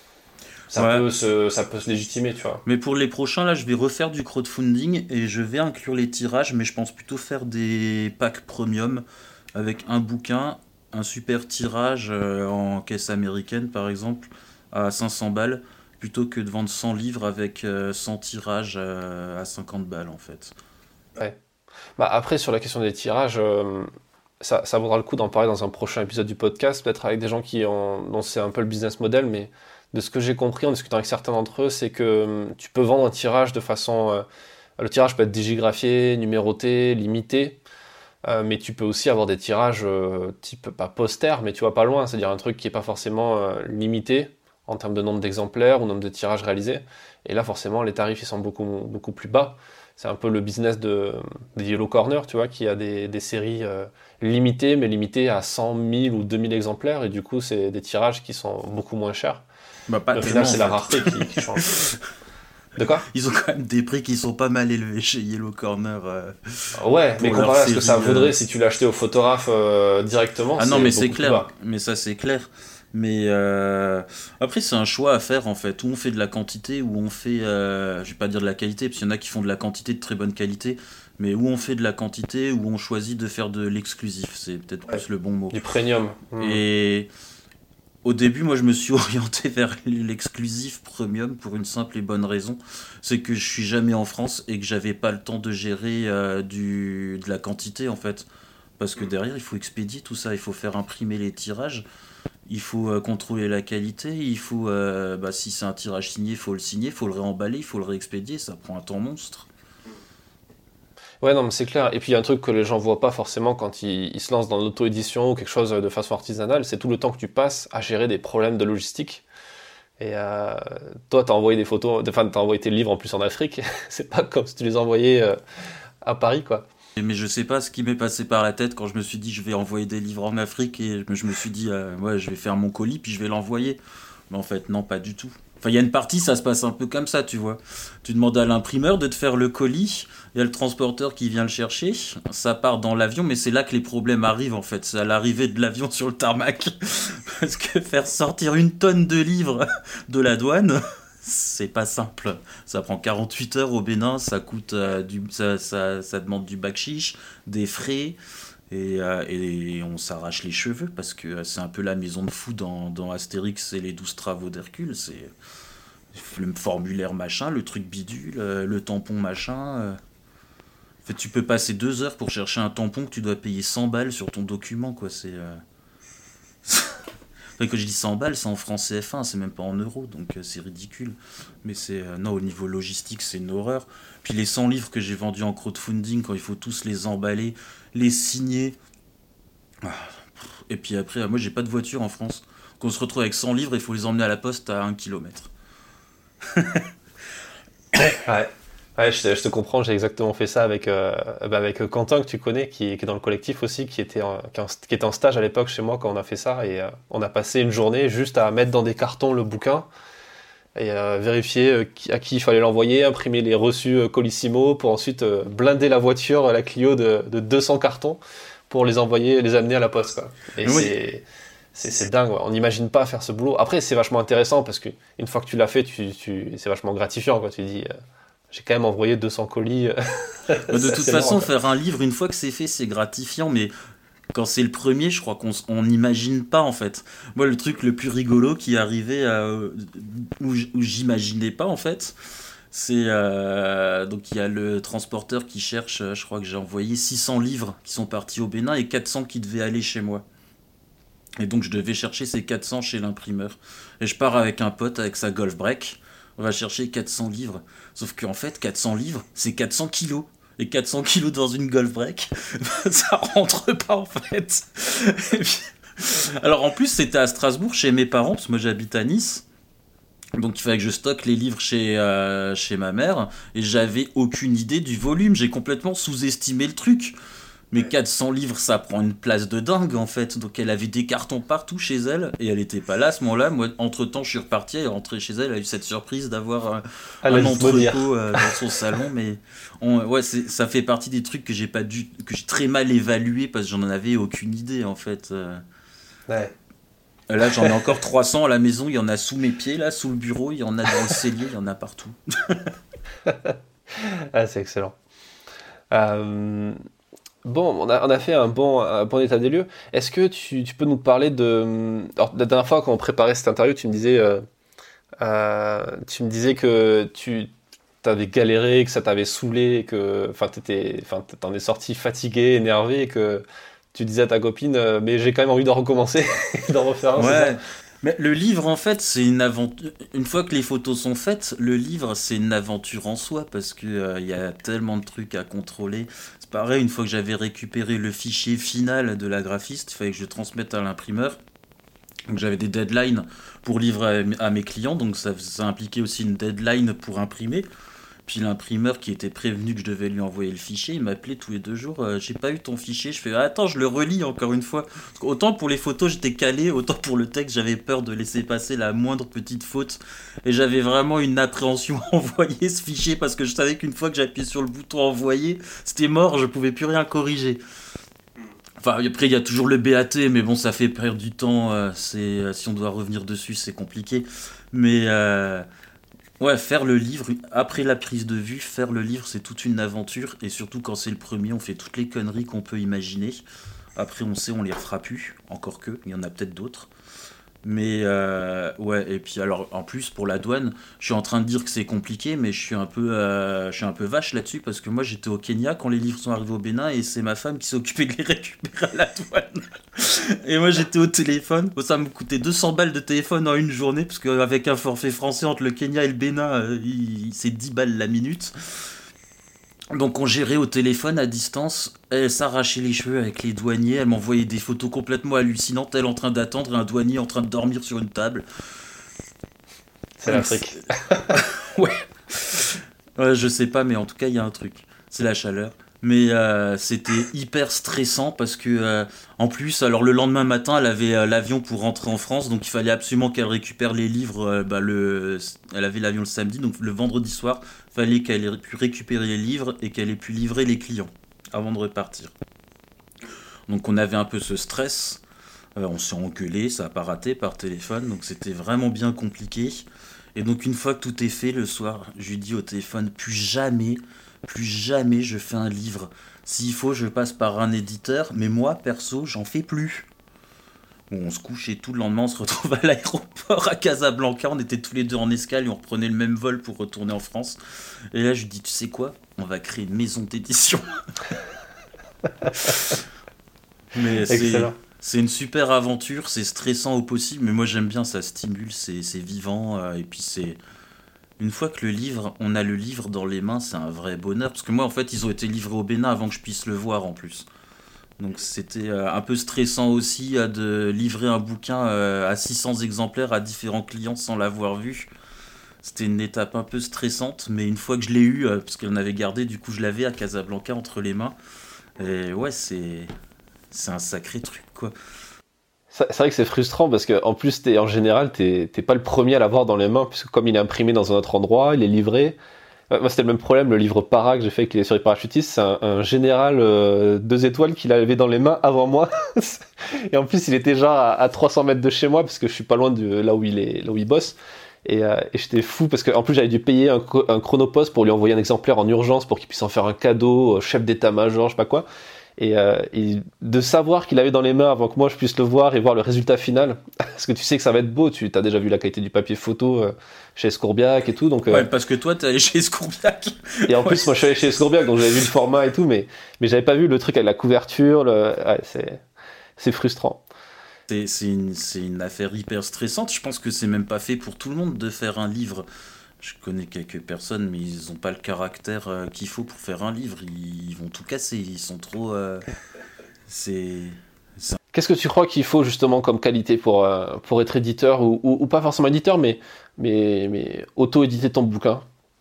ça Ouais, peut se, ça peut se légitimer, tu vois. mais pour les prochains, là, je vais refaire du crowdfunding et je vais inclure les tirages, mais je pense plutôt faire des packs premium avec un bouquin, un super tirage euh, en caisse américaine, par exemple, à cinq cents balles, plutôt que de vendre cent livres avec euh, cent tirages euh, à cinquante balles, en fait. Ouais. Bah, après, sur la question des tirages, euh, ça, ça vaudra le coup d'en parler dans un prochain épisode du podcast, peut-être avec des gens qui ont, dont c'est un peu le business model, mais de ce que j'ai compris en discutant avec certains d'entre eux, c'est que euh, tu peux vendre un tirage de façon... euh, le tirage peut être digigraphié, numéroté, limité, euh, mais tu peux aussi avoir des tirages euh, type, pas poster, mais tu vois pas loin, c'est-à-dire un truc qui est pas forcément euh, limité en termes de nombre d'exemplaires ou nombre de tirages réalisés. Et là, forcément, les tarifs ils sont beaucoup, beaucoup plus bas. C'est un peu le business de, de Yellow Corner, tu vois, qui a des, des séries euh, limitées, mais limitées à cent mille ou deux mille exemplaires, et du coup, c'est des tirages qui sont beaucoup moins chers. Bah, pas Mais au tellement, final, en c'est la fait. rareté qui, qui change. De quoi? Ils ont quand même des prix qui sont pas mal élevés chez Yellow Corner. euh, Ouais, mais Pour leur comparé à ce que ça série, vaudrait euh, si tu l'achetais au photographe euh, directement, Ah non, mais c'est beaucoup plus clair. bas. Mais ça, c'est clair. Mais euh, après, c'est un choix à faire en fait. Où on fait de la quantité, où on fait, euh, je vais pas dire de la qualité, parce qu'il y en a qui font de la quantité de très bonne qualité, mais où on fait de la quantité, où on choisit de faire de l'exclusif. C'est peut-être Ouais. plus le bon mot. Du premium. Hmm. Et au début, moi, je me suis orienté vers l'exclusif premium pour une simple et bonne raison, c'est que je suis jamais en France et que j'avais pas le temps de gérer euh, du, de la quantité en fait. Parce que derrière, il faut expédier tout ça, il faut faire imprimer les tirages, il faut euh, contrôler la qualité, il faut, euh, bah, si c'est un tirage signé, il faut le signer, il faut le réemballer, il faut le réexpédier, ça prend un temps monstre. Ouais, non, mais c'est clair. Et puis, il y a un truc que les gens voient pas forcément quand ils, ils se lancent dans l'auto-édition ou quelque chose de façon artisanale, c'est tout le temps que tu passes à gérer des problèmes de logistique. Et euh, toi, t'as envoyé des photos, enfin, t'as envoyé tes livres en plus en Afrique. C'est pas comme si tu les envoyais euh, à Paris, quoi. Mais je sais pas ce qui m'est passé par la tête quand je me suis dit je vais envoyer des livres en Afrique et je me suis dit euh, ouais je vais faire mon colis puis je vais l'envoyer. Mais en fait non pas du tout. Enfin il y a une partie ça se passe un peu comme ça tu vois. Tu demandes à l'imprimeur de te faire le colis, il y a le transporteur qui vient le chercher, ça part dans l'avion mais c'est là que les problèmes arrivent en fait. C'est à l'arrivée de l'avion sur le tarmac. Parce que faire sortir une tonne de livres de la douane... C'est pas simple. Ça prend quarante-huit heures au Bénin, ça coûte euh, du, ça, ça, ça demande du bakshish, des frais, et, euh, et on s'arrache les cheveux parce que euh, c'est un peu la maison de fou dans, dans Astérix et les douze travaux d'Hercule. C'est le formulaire machin, le truc bidule, euh, le tampon machin. euh. En fait, tu peux passer deux heures pour chercher un tampon que tu dois payer cent balles sur ton document, quoi. C'est. euh, Enfin, quand je dis cent balles, c'est en francs C F un, c'est même pas en euros, donc euh, c'est ridicule. Mais c'est euh, non, au niveau logistique, c'est une horreur. Puis les cent livres que j'ai vendus en crowdfunding, quand il faut tous les emballer, les signer. Ah, et puis après, moi j'ai pas de voiture en France. Quand on se retrouve avec cent livres, il faut les emmener à la poste à un kilomètre. Ouais. Ouais, je te, je te comprends, j'ai exactement fait ça avec, euh, bah avec Quentin, que tu connais, qui, qui est dans le collectif aussi, qui était, en, qui, en, qui était en stage à l'époque chez moi quand on a fait ça. Et euh, on a passé une journée juste à mettre dans des cartons le bouquin et euh, vérifier euh, qui, à qui il fallait l'envoyer, imprimer les reçus euh, Colissimo pour ensuite euh, blinder la voiture, la Clio, de, de deux cents cartons pour les envoyer, les amener à la poste, quoi. Et oui. c'est, c'est, c'est dingue, ouais. On n'imagine pas faire ce boulot. Après, c'est vachement intéressant parce qu'une fois que tu l'as fait, tu, tu, c'est vachement gratifiant, quoi. Tu dis... Euh, j'ai quand même envoyé deux cents colis. De toute façon, marrant, faire un livre, une fois que c'est fait, c'est gratifiant, mais quand c'est le premier, je crois qu'on n'imagine pas, en fait. Moi, le truc le plus rigolo qui est arrivé, euh, où, où j'imaginais pas, en fait, c'est... Euh, donc, il y a le transporteur qui cherche, je crois que j'ai envoyé six cents livres qui sont partis au Bénin et quatre cents qui devaient aller chez moi. Et donc, je devais chercher ces quatre cents chez l'imprimeur. Et je pars avec un pote, avec sa Golf Break. On va chercher quatre cents livres. Sauf qu'en fait, quatre cents livres, c'est quatre cents kilos. Et quatre cents kilos dans une Golf Break, ça rentre pas en fait. Et puis... Alors en plus, c'était à Strasbourg, chez mes parents, parce que moi j'habite à Nice. Donc il fallait que je stocke les livres chez, euh, chez ma mère. Et j'avais aucune idée du volume. J'ai complètement sous-estimé le truc. Mais quatre cents livres, ça prend une place de dingue en fait. Donc elle avait des cartons partout chez elle et elle était pas là à ce moment-là. Moi, entre temps, je suis reparti. Elle est rentrée chez elle. Elle a eu cette surprise d'avoir euh, un entrepôt euh, dans son salon. Mais on, ouais, c'est, ça fait partie des trucs que j'ai pas dû, que j'ai très mal évalué parce que j'en avais aucune idée en fait. Ouais. Là, j'en ai encore trois cents à la maison. Il y en a sous mes pieds, là, sous le bureau. Il y en a dans le cellier. Il y en a partout. Ah, c'est excellent. Euh... Bon, on a, on a fait un bon, un bon état des lieux. Est-ce que tu, tu peux nous parler de... Alors, la dernière fois, quand on préparait cette interview, tu me disais, euh, euh, tu me disais que tu avais galéré, que ça t'avait saoulé, que tu t'en es sorti fatigué, énervé, et que tu disais à ta copine, euh, mais j'ai quand même envie d'en recommencer, d'en refaire un. Ouais. Mais le livre, en fait, c'est une aventure. Une fois que les photos sont faites, le livre, c'est une aventure en soi parce qu'il euh, y a tellement de trucs à contrôler. C'est pareil, une fois que j'avais récupéré le fichier final de la graphiste, il fallait que je le transmette à l'imprimeur. Donc j'avais des deadlines pour livrer à mes clients, donc ça, ça impliquait aussi une deadline pour imprimer. Puis l'imprimeur qui était prévenu que je devais lui envoyer le fichier, il m'appelait tous les deux jours, euh, j'ai pas eu ton fichier, je fais ah, attends, je le relis encore une fois. Autant pour les photos j'étais calé, autant pour le texte j'avais peur de laisser passer la moindre petite faute. Et j'avais vraiment une appréhension à envoyer ce fichier parce que je savais qu'une fois que j'appuyais sur le bouton envoyer, c'était mort, je pouvais plus rien corriger. Enfin, après il y a toujours le B A T, mais bon, ça fait perdre du temps, euh, c'est, euh, si on doit revenir dessus c'est compliqué. Mais... Euh, Ouais, faire le livre, après la prise de vue, faire le livre, c'est toute une aventure. Et surtout quand c'est le premier, on fait toutes les conneries qu'on peut imaginer. Après, on sait, on les refera plus. Encore que, il y en a peut-être d'autres. Mais, euh, ouais, et puis alors, en plus, pour la douane, je suis en train de dire que c'est compliqué, mais je suis un peu, euh, je suis un peu vache là-dessus, parce que moi, j'étais au Kenya quand les livres sont arrivés au Bénin, et c'est ma femme qui s'est occupée de les récupérer à la douane. Et moi, j'étais au téléphone. Ça me coûtait deux cents balles de téléphone en une journée, parce qu'avec un forfait français entre le Kenya et le Bénin, euh, il, c'est dix balles la minute. Donc on gérait au téléphone à distance, elle s'arrachait les cheveux avec les douaniers, elle m'envoyait des photos complètement hallucinantes, elle en train d'attendre et un douanier en train de dormir sur une table. C'est l'Afrique. Ouais. Ouais, je sais pas, mais en tout cas il y a un truc, c'est la chaleur. Mais euh, c'était hyper stressant parce que euh, en plus, alors le lendemain matin, elle avait euh, l'avion pour rentrer en France, donc il fallait absolument qu'elle récupère les livres. Euh, bah, le, elle avait l'avion le samedi, donc le vendredi soir, fallait qu'elle ait pu récupérer les livres et qu'elle ait pu livrer les clients avant de repartir. Donc on avait un peu ce stress, euh, on s'est engueulé, ça n'a pas raté par téléphone, donc c'était vraiment bien compliqué. Et donc une fois que tout est fait le soir, je lui dis au téléphone, plus jamais... Plus jamais je fais un livre. S'il faut, je passe par un éditeur, mais moi, perso, j'en fais plus. Bon, on se couche et tout, le lendemain, on se retrouve à l'aéroport à Casablanca. On était tous les deux en escale et on reprenait le même vol pour retourner en France. Et là, je lui dis, tu sais quoi ? On va créer une maison d'édition. Mais c'est, C'est une super aventure, c'est stressant au possible, mais moi j'aime bien, ça stimule, c'est, c'est vivant, euh, et puis c'est... Une fois que le livre, on a le livre dans les mains, c'est un vrai bonheur, parce que moi en fait ils ont été livrés au Bénin avant que je puisse le voir en plus. Donc c'était euh, un peu stressant aussi euh, de livrer un bouquin euh, à six cents exemplaires à différents clients sans l'avoir vu. C'était une étape un peu stressante, mais une fois que je l'ai eu, euh, parce qu'on avait gardé, du coup je l'avais à Casablanca entre les mains, et ouais c'est... C'est un sacré truc, quoi. C'est vrai que c'est frustrant parce que en plus, t'es, en général, t'es t'es pas le premier à l'avoir dans les mains, puisque comme il est imprimé dans un autre endroit, il est livré. Euh, Moi, c'était le même problème, le livre Para que j'ai fait avec les sur les parachutistes, c'est un, un général euh, deux étoiles qu'il avait dans les mains avant moi. Et en plus, il était genre à, à trois cents mètres de chez moi, parce que je suis pas loin de là où il est, là où il bosse. Et, euh, et j'étais fou parce que en plus j'avais dû payer un, un chronopost pour lui envoyer un exemplaire en urgence pour qu'il puisse en faire un cadeau au chef d'état-major, je sais pas quoi. Et, euh, et de savoir qu'il avait dans les mains avant que moi je puisse le voir et voir le résultat final, parce que tu sais que ça va être beau, tu as déjà vu la qualité du papier photo euh, chez Scourbiac et tout, donc euh, Ouais, parce que toi, t'es allé chez Scourbiac. et en Ouais, plus moi je suis allé chez Scourbiac, donc j'avais vu le format et tout, mais mais j'avais pas vu le truc avec la couverture, le... ouais, c'est c'est frustrant. c'est, c'est une, c'est une affaire hyper stressante. Je pense que c'est même pas fait pour tout le monde de faire un livre. Je connais quelques personnes, mais ils ont pas le caractère euh, qu'il faut pour faire un livre. Ils, ils vont tout casser. Ils sont trop. euh, c'est. c'est un- Qu'est-ce que tu crois qu'il faut justement comme qualité pour euh, pour être éditeur ou, ou, ou pas forcément éditeur, mais mais mais auto-éditer ton bouquin?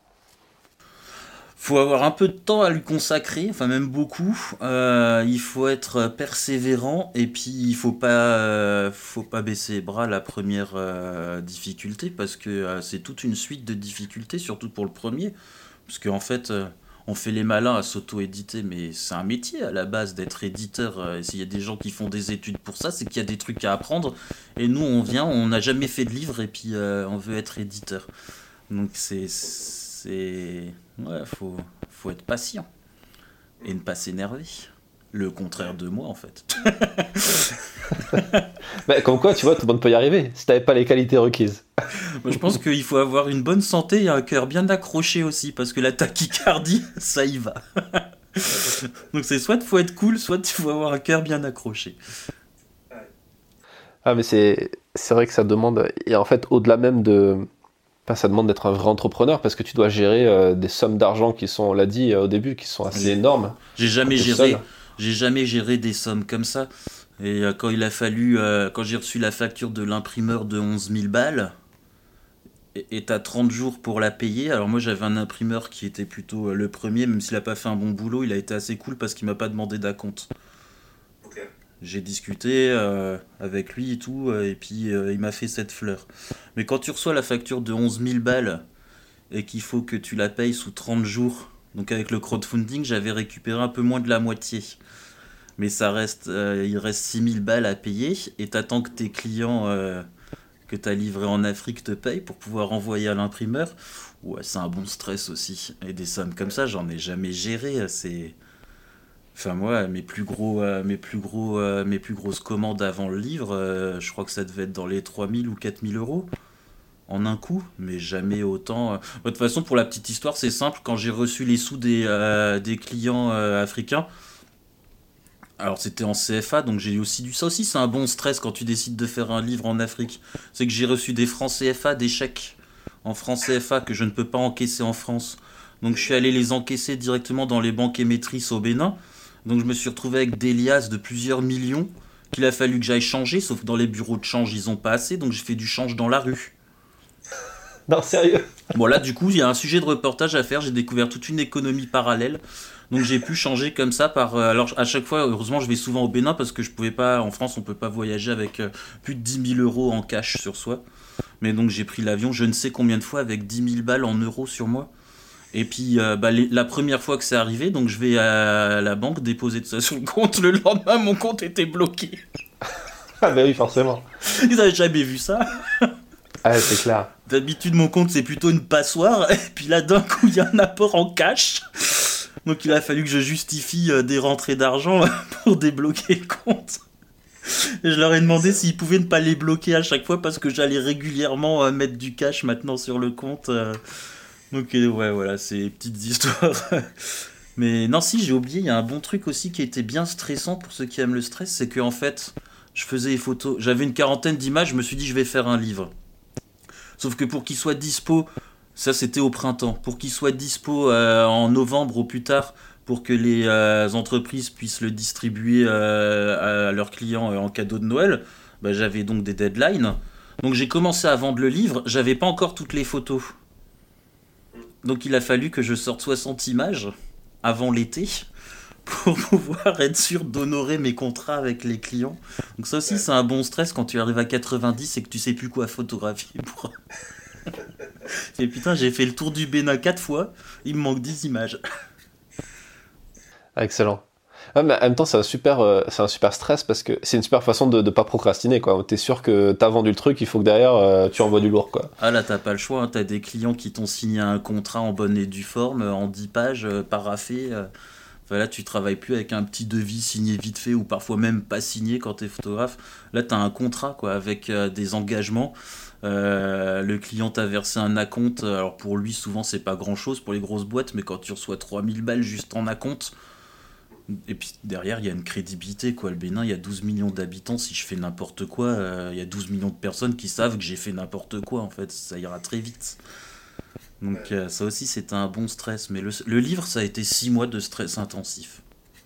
Faut avoir un peu de temps à lui consacrer, enfin même beaucoup. Euh, il faut être persévérant et puis il faut pas, euh, faut pas baisser les bras à la première euh, difficulté parce que euh, c'est toute une suite de difficultés, surtout pour le premier. Parce qu'en fait, euh, on fait les malins à s'auto-éditer, mais c'est un métier à la base d'être éditeur. Euh, et s'il y a des gens qui font des études pour ça, c'est qu'il y a des trucs à apprendre. Et nous, on vient, on n'a jamais fait de livre et puis euh, on veut être éditeur. Donc c'est, c'est, ouais, faut, faut être patient et ne pas s'énerver. Le contraire de moi, en fait. Bah, comme quoi, tu vois, tout le monde peut y arriver si t'avais pas les qualités requises. Moi, je pense qu'il faut avoir une bonne santé et un cœur bien accroché aussi, parce que la tachycardie, ça y va. Donc c'est soit il faut être cool, soit il faut avoir un cœur bien accroché. Ah, mais c'est c'est vrai que ça demande, et en fait, au-delà même de, enfin, ça demande d'être un vrai entrepreneur parce que tu dois gérer euh, des sommes d'argent qui sont, on l'a dit euh, au début, qui sont assez J'ai énormes. j'ai Quand jamais t'es géré, seul. j'ai jamais géré des sommes comme ça. Et euh, quand il a fallu, euh, quand j'ai reçu la facture de l'imprimeur de onze mille balles, et et t'as trente jours pour la payer. Alors moi j'avais un imprimeur qui était plutôt euh, le premier, même s'il a pas fait un bon boulot, il a été assez cool parce qu'il m'a pas demandé d'acompte. Ok. J'ai discuté euh, avec lui et tout, euh, et puis euh, il m'a fait cette fleur. Mais quand tu reçois la facture de onze mille balles et qu'il faut que tu la payes sous trente jours, donc avec le crowdfunding, j'avais récupéré un peu moins de la moitié. Mais ça reste, euh, il reste six mille balles à payer, et t'attends que tes clients euh, que t'as livrés en Afrique te payent pour pouvoir envoyer à l'imprimeur. Ouais, c'est un bon stress aussi. Et des sommes comme ça, j'en ai jamais géré. C'est... Enfin moi, mes plus gros, euh, mes plus gros, euh, mes plus grosses commandes avant le livre, euh, je crois que ça devait être dans les trois mille ou quatre mille euros en un coup, mais jamais autant. euh. De toute façon, pour la petite histoire, c'est simple. Quand j'ai reçu les sous des, euh, des clients euh, africains, alors c'était en C F A, donc j'ai aussi dû. Ça aussi, c'est un bon stress quand tu décides de faire un livre en Afrique. C'est que j'ai reçu des francs C F A, des chèques en francs C F A que je ne peux pas encaisser en France. Donc je suis allé les encaisser directement dans les banques émettrices au Bénin. Donc je me suis retrouvé avec des liasses de plusieurs millions qu'il a fallu que j'aille changer, sauf que dans les bureaux de change, ils ont pas assez, donc j'ai fait du change dans la rue. Non, sérieux. Bon là, du coup, il y a un sujet de reportage à faire, j'ai découvert toute une économie parallèle. Donc j'ai pu changer comme ça par... euh, alors à chaque fois, heureusement, je vais souvent au Bénin parce que je pouvais pas... En France, on peut pas voyager avec euh, plus de dix mille euros en cash sur soi. Mais donc j'ai pris l'avion je ne sais combien de fois avec dix mille balles en euros sur moi. Et puis euh, bah, les- la première fois que c'est arrivé, donc je vais à la banque déposer tout ça sur le compte. Le lendemain, mon compte était bloqué. Ah, bah oui, forcément. Ils n'avaient jamais vu ça. Ah, c'est clair. D'habitude, mon compte, c'est plutôt une passoire. Et puis là, d'un coup, il y a un apport en cash. Donc il a fallu que je justifie euh, des rentrées d'argent pour débloquer le compte. Et je leur ai demandé s'ils pouvaient ne pas les bloquer à chaque fois parce que j'allais régulièrement euh, mettre du cash maintenant sur le compte. euh. Donc euh, ouais, voilà, c'est des petites histoires. Mais non, si, j'ai oublié, il y a un bon truc aussi qui était bien stressant pour ceux qui aiment le stress, c'est qu'en fait, je faisais les photos. J'avais une quarantaine d'images, je me suis dit, je vais faire un livre. Sauf que pour qu'il soit dispo, ça c'était au printemps, pour qu'il soit dispo euh, en novembre au plus tard, pour que les euh, entreprises puissent le distribuer euh, à leurs clients euh, en cadeau de Noël, bah, j'avais donc des deadlines. Donc j'ai commencé à vendre le livre, j'avais pas encore toutes les photos. Donc il a fallu que je sorte soixante images avant l'été pour pouvoir être sûr d'honorer mes contrats avec les clients. Donc ça aussi ouais. C'est un bon stress quand tu arrives à quatre-vingt-dix et que tu sais plus quoi photographier pour... Et putain, j'ai fait le tour du Bénin quatre fois, il me manque dix images. Excellent. Ouais, mais en même temps, c'est un super, euh, c'est un super stress parce que c'est une super façon de ne pas procrastiner, quoi. T'es sûr que t'as vendu le truc, il faut que derrière euh, tu envoies du lourd, quoi. Ah là, t'as pas le choix, hein. T'as des clients qui t'ont signé un contrat en bonne et due forme, en dix pages, euh, paraphé. Euh... Enfin, là, tu travailles plus avec un petit devis signé vite fait ou parfois même pas signé quand t'es photographe. Là, t'as un contrat, quoi, avec euh, des engagements. Euh, le client t'a versé un acompte. Alors pour lui, souvent, c'est pas grand chose pour les grosses boîtes, mais quand tu reçois trois mille balles juste en acompte. Et puis derrière, il y a une crédibilité, quoi. Le Bénin, il y a douze millions d'habitants. Si je fais n'importe quoi, euh, il y a douze millions de personnes qui savent que j'ai fait n'importe quoi, en fait. Ça ira très vite. Donc euh, ça aussi, c'était un bon stress. Mais le, le livre, ça a été six mois de stress intensif.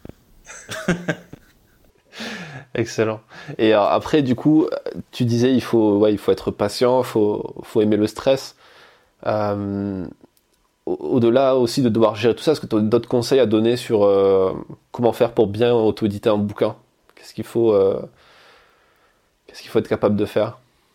Excellent. Et alors, après, du coup, tu disais, il faut, ouais, il faut être patient, il faut, faut aimer le stress. Euh... Au-delà aussi de devoir gérer tout ça, est-ce que tu as d'autres conseils à donner sur euh, comment faire pour bien auto-éditer un bouquin ? Qu'est-ce qu'il faut, euh, qu'est-ce qu'il faut être capable de faire ?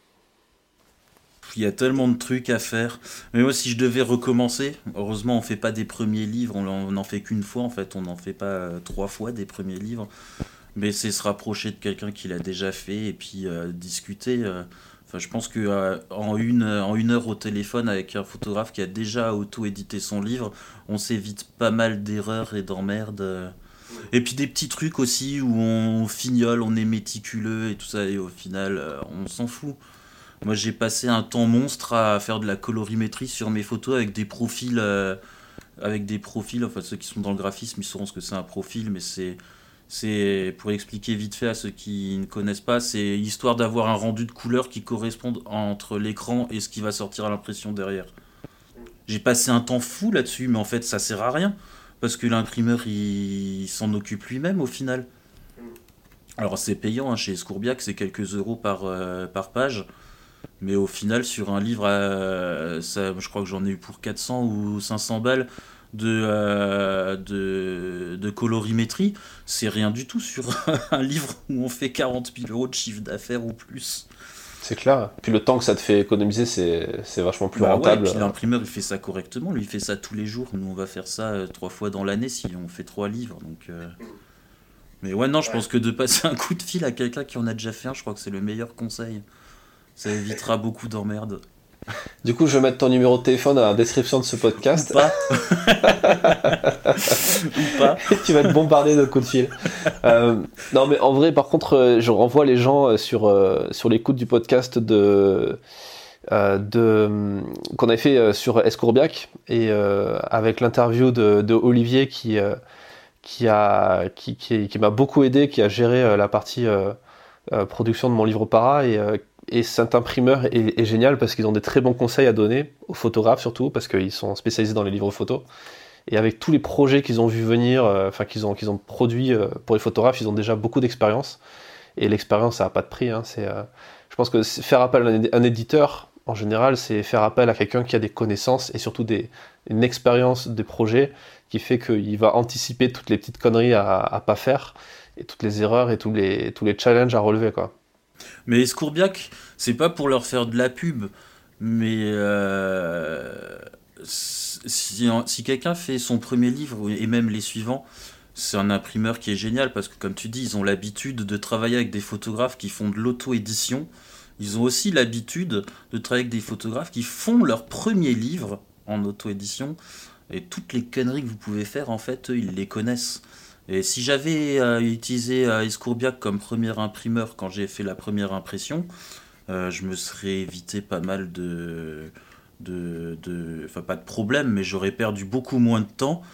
Il y a tellement de trucs à faire. Mais moi, si je devais recommencer, heureusement, on fait pas des premiers livres, on n'en fait qu'une fois en fait, on n'en fait pas euh, trois fois des premiers livres. Mais c'est se rapprocher de quelqu'un qui l'a déjà fait et puis euh, discuter. Euh, Enfin, je pense qu'en euh, une, en une heure au téléphone avec un photographe qui a déjà auto-édité son livre, on s'évite pas mal d'erreurs et d'emmerdes. Et puis des petits trucs aussi où on fignole, on est méticuleux et tout ça, et au final, euh, on s'en fout. Moi, j'ai passé un temps monstre à faire de la colorimétrie sur mes photos avec des profils... Euh, avec des profils, enfin ceux qui sont dans le graphisme, ils sauront ce que c'est un profil, mais c'est... C'est, pour expliquer vite fait à ceux qui ne connaissent pas, c'est histoire d'avoir un rendu de couleurs qui corresponde entre l'écran et ce qui va sortir à l'impression derrière. J'ai passé un temps fou là-dessus, mais en fait ça sert à rien, parce que l'imprimeur il, il s'en occupe lui-même au final. Alors c'est payant, hein, chez Escourbiac, c'est quelques euros par, euh, par page, mais au final sur un livre, euh, ça, je crois que j'en ai eu pour quatre cents ou cinq cents balles, De, euh, de, de colorimétrie, c'est rien du tout sur un livre où on fait quarante mille euros de chiffre d'affaires ou plus. C'est clair. Puis le temps que ça te fait économiser, c'est, c'est vachement plus bah rentable. Ouais, puis l'imprimeur, il fait ça correctement. Lui, il fait ça tous les jours. Nous, on va faire ça euh, trois fois dans l'année si on fait trois livres. Donc, euh... Mais ouais, non, je pense que de passer un coup de fil à quelqu'un qui en a déjà fait un, je crois que c'est le meilleur conseil. Ça évitera beaucoup d'emmerdes. Du coup, je vais mettre ton numéro de téléphone dans la description de ce podcast. Ou pas. Ou pas. Tu vas être bombardé de coups de fil. Euh, non, mais en vrai, par contre, je renvoie les gens sur, euh, sur l'écoute du podcast de, euh, de, qu'on avait fait sur Escourbiac et euh, avec l'interview de, de Olivier qui, euh, qui, a, qui, qui, qui m'a beaucoup aidé, qui a géré la partie euh, euh, production de mon livre para et euh, Et cet imprimeur est, est génial parce qu'ils ont des très bons conseils à donner aux photographes surtout parce qu'ils sont spécialisés dans les livres photos. Et avec tous les projets qu'ils ont vu venir, enfin euh, qu'ils ont qu'ils ont produits euh, pour les photographes, ils ont déjà beaucoup d'expérience. Et l'expérience, ça n'a pas de prix. Hein. C'est, euh, je pense que faire appel à un, un éditeur, en général, c'est faire appel à quelqu'un qui a des connaissances et surtout des, une expérience des projets qui fait qu'il va anticiper toutes les petites conneries à, à pas faire et toutes les erreurs et tous les tous les challenges à relever, quoi. Mais Escourbiac, c'est pas pour leur faire de la pub, mais euh, si, si quelqu'un fait son premier livre, et même les suivants, c'est un imprimeur qui est génial, parce que comme tu dis, ils ont l'habitude de travailler avec des photographes qui font de l'auto-édition. Ils ont aussi l'habitude de travailler avec des photographes qui font leur premier livre en auto-édition, et toutes les conneries que vous pouvez faire, en fait, eux, ils les connaissent. Et si j'avais euh, utilisé euh, Escourbiac comme premier imprimeur quand j'ai fait la première impression, euh, je me serais évité pas mal de... de, de enfin, pas de problèmes, mais j'aurais perdu beaucoup moins de temps.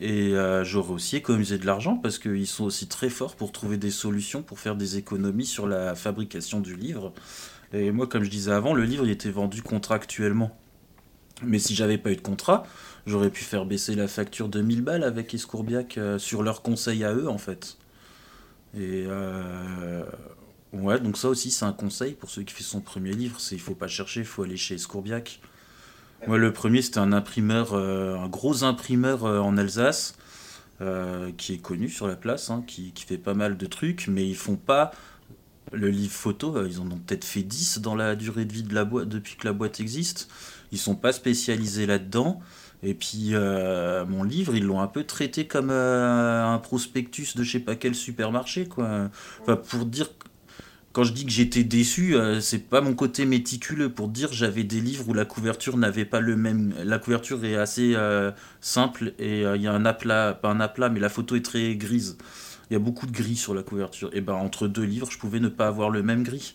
Et euh, j'aurais aussi économisé de l'argent parce qu'ils sont aussi très forts pour trouver des solutions pour faire des économies sur la fabrication du livre. Et moi, comme je disais avant, le livre il était vendu contractuellement. Mais si j'avais pas eu de contrat, j'aurais pu faire baisser la facture de mille balles avec Escourbiac euh, sur leurs conseils à eux, en fait. Et euh, ouais, donc ça aussi, c'est un conseil pour ceux qui font son premier livre. C'est il faut pas chercher, il faut aller chez Escourbiac. Moi, le premier, c'était un imprimeur, euh, un gros imprimeur euh, en Alsace, euh, qui est connu sur la place, hein, qui, qui fait pas mal de trucs, mais ils font pas le livre photo. euh, Ils en ont peut-être fait dix dans la durée de vie de la boîte depuis que la boîte existe. Ils sont pas spécialisés là-dedans. Et puis, euh, mon livre, ils l'ont un peu traité comme euh, un prospectus de je sais pas quel supermarché, quoi. Enfin, pour dire, quand je dis que j'étais déçu, euh, c'est pas mon côté méticuleux. Pour dire, j'avais des livres où la couverture n'avait pas le même. La couverture est assez euh, simple et il euh, y a un aplat, pas un aplat, mais la photo est très grise. Il y a beaucoup de gris sur la couverture. Et ben, entre deux livres, je pouvais ne pas avoir le même gris.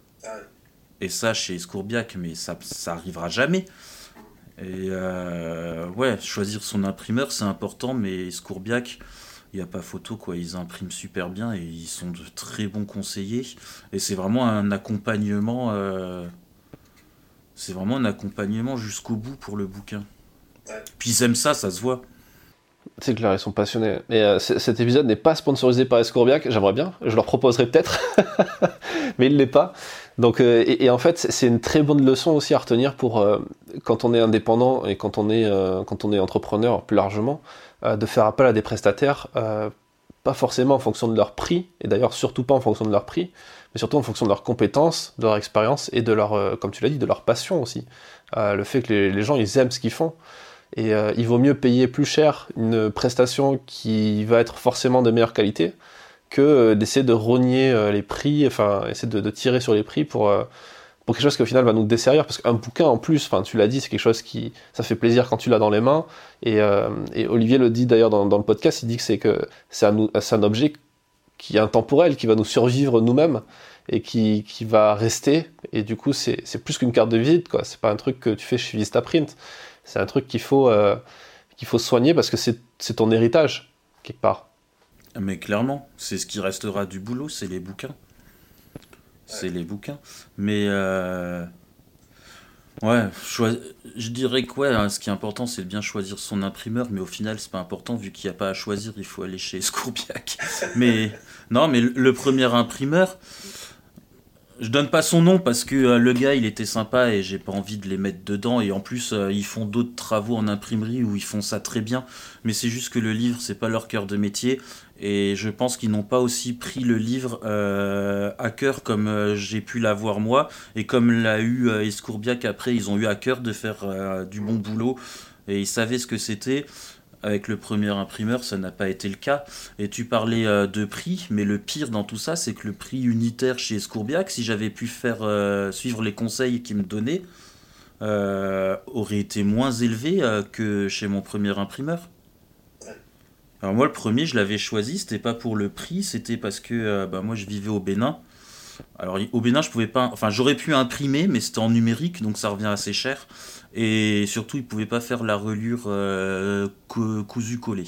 Et ça, chez Escourbiac, mais ça, ça arrivera jamais. Et euh, ouais, choisir son imprimeur, c'est important, mais Escourbiac, il n'y a pas photo, quoi. Ils impriment super bien et ils sont de très bons conseillers. Et c'est vraiment un accompagnement, euh, c'est vraiment un accompagnement jusqu'au bout pour le bouquin. Puis ils aiment ça, ça se voit. C'est clair, ils sont passionnés. Mais euh, c- cet épisode n'est pas sponsorisé par Escourbiac, j'aimerais bien, je leur proposerai peut-être, mais il ne l'est pas. Donc, euh, et, et en fait, c'est une très bonne leçon aussi à retenir pour euh, quand on est indépendant et quand on est, euh, quand on est entrepreneur plus largement, euh, de faire appel à des prestataires, euh, pas forcément en fonction de leur prix, et d'ailleurs surtout pas en fonction de leur prix, mais surtout en fonction de leurs compétences, de leur expérience et de leur, euh, comme tu l'as dit, de leur passion aussi. Euh, le fait que les, les gens, ils aiment ce qu'ils font. Et euh, il vaut mieux payer plus cher une prestation qui va être forcément de meilleure qualité que euh, d'essayer de rogner euh, les prix, enfin essayer de, de tirer sur les prix pour, euh, pour quelque chose qui au final va nous desservir, parce qu'un bouquin en plus, enfin tu l'as dit, c'est quelque chose qui, ça fait plaisir quand tu l'as dans les mains, et, euh, et Olivier le dit d'ailleurs dans, dans le podcast, il dit que c'est, que c'est, un, c'est un objet qui est intemporel, qui va nous survivre nous-mêmes, et qui, qui va rester, et du coup c'est, c'est plus qu'une carte de visite, quoi. C'est pas un truc que tu fais chez Vistaprint. C'est un truc qu'il faut, euh, qu'il faut soigner parce que c'est, c'est ton héritage, quelque part. Mais clairement, c'est ce qui restera du boulot, c'est les bouquins. C'est les bouquins. Mais, euh... ouais, choi- je dirais que ouais, hein, ce qui est important, c'est de bien choisir son imprimeur, mais au final, c'est pas important, vu qu'il n'y a pas à choisir, il faut aller chez Escourbiac. Mais, non, mais le le premier imprimeur, je donne pas son nom parce que euh, le gars il était sympa et j'ai pas envie de les mettre dedans, et en plus euh, ils font d'autres travaux en imprimerie où ils font ça très bien, mais c'est juste que le livre c'est pas leur cœur de métier, et je pense qu'ils n'ont pas aussi pris le livre euh, à cœur comme euh, j'ai pu l'avoir moi, et comme l'a eu euh, Escourbiac. Après ils ont eu à cœur de faire euh, du bon boulot et ils savaient ce que c'était. Avec le premier imprimeur, ça n'a pas été le cas. Et tu parlais euh, de prix, mais le pire dans tout ça, c'est que le prix unitaire chez Escourbiac, si j'avais pu faire euh, suivre les conseils qu'ils me donnaient, euh, aurait été moins élevé euh, que chez mon premier imprimeur. Alors moi, le premier, je l'avais choisi, c'était pas pour le prix, c'était parce que euh, bah, moi, je vivais au Bénin. Alors au Bénin, je pouvais pas, enfin j'aurais pu imprimer, mais c'était en numérique, donc ça revient assez cher. Et surtout, ils pouvaient pas faire la relure euh, cou- cousu-collé.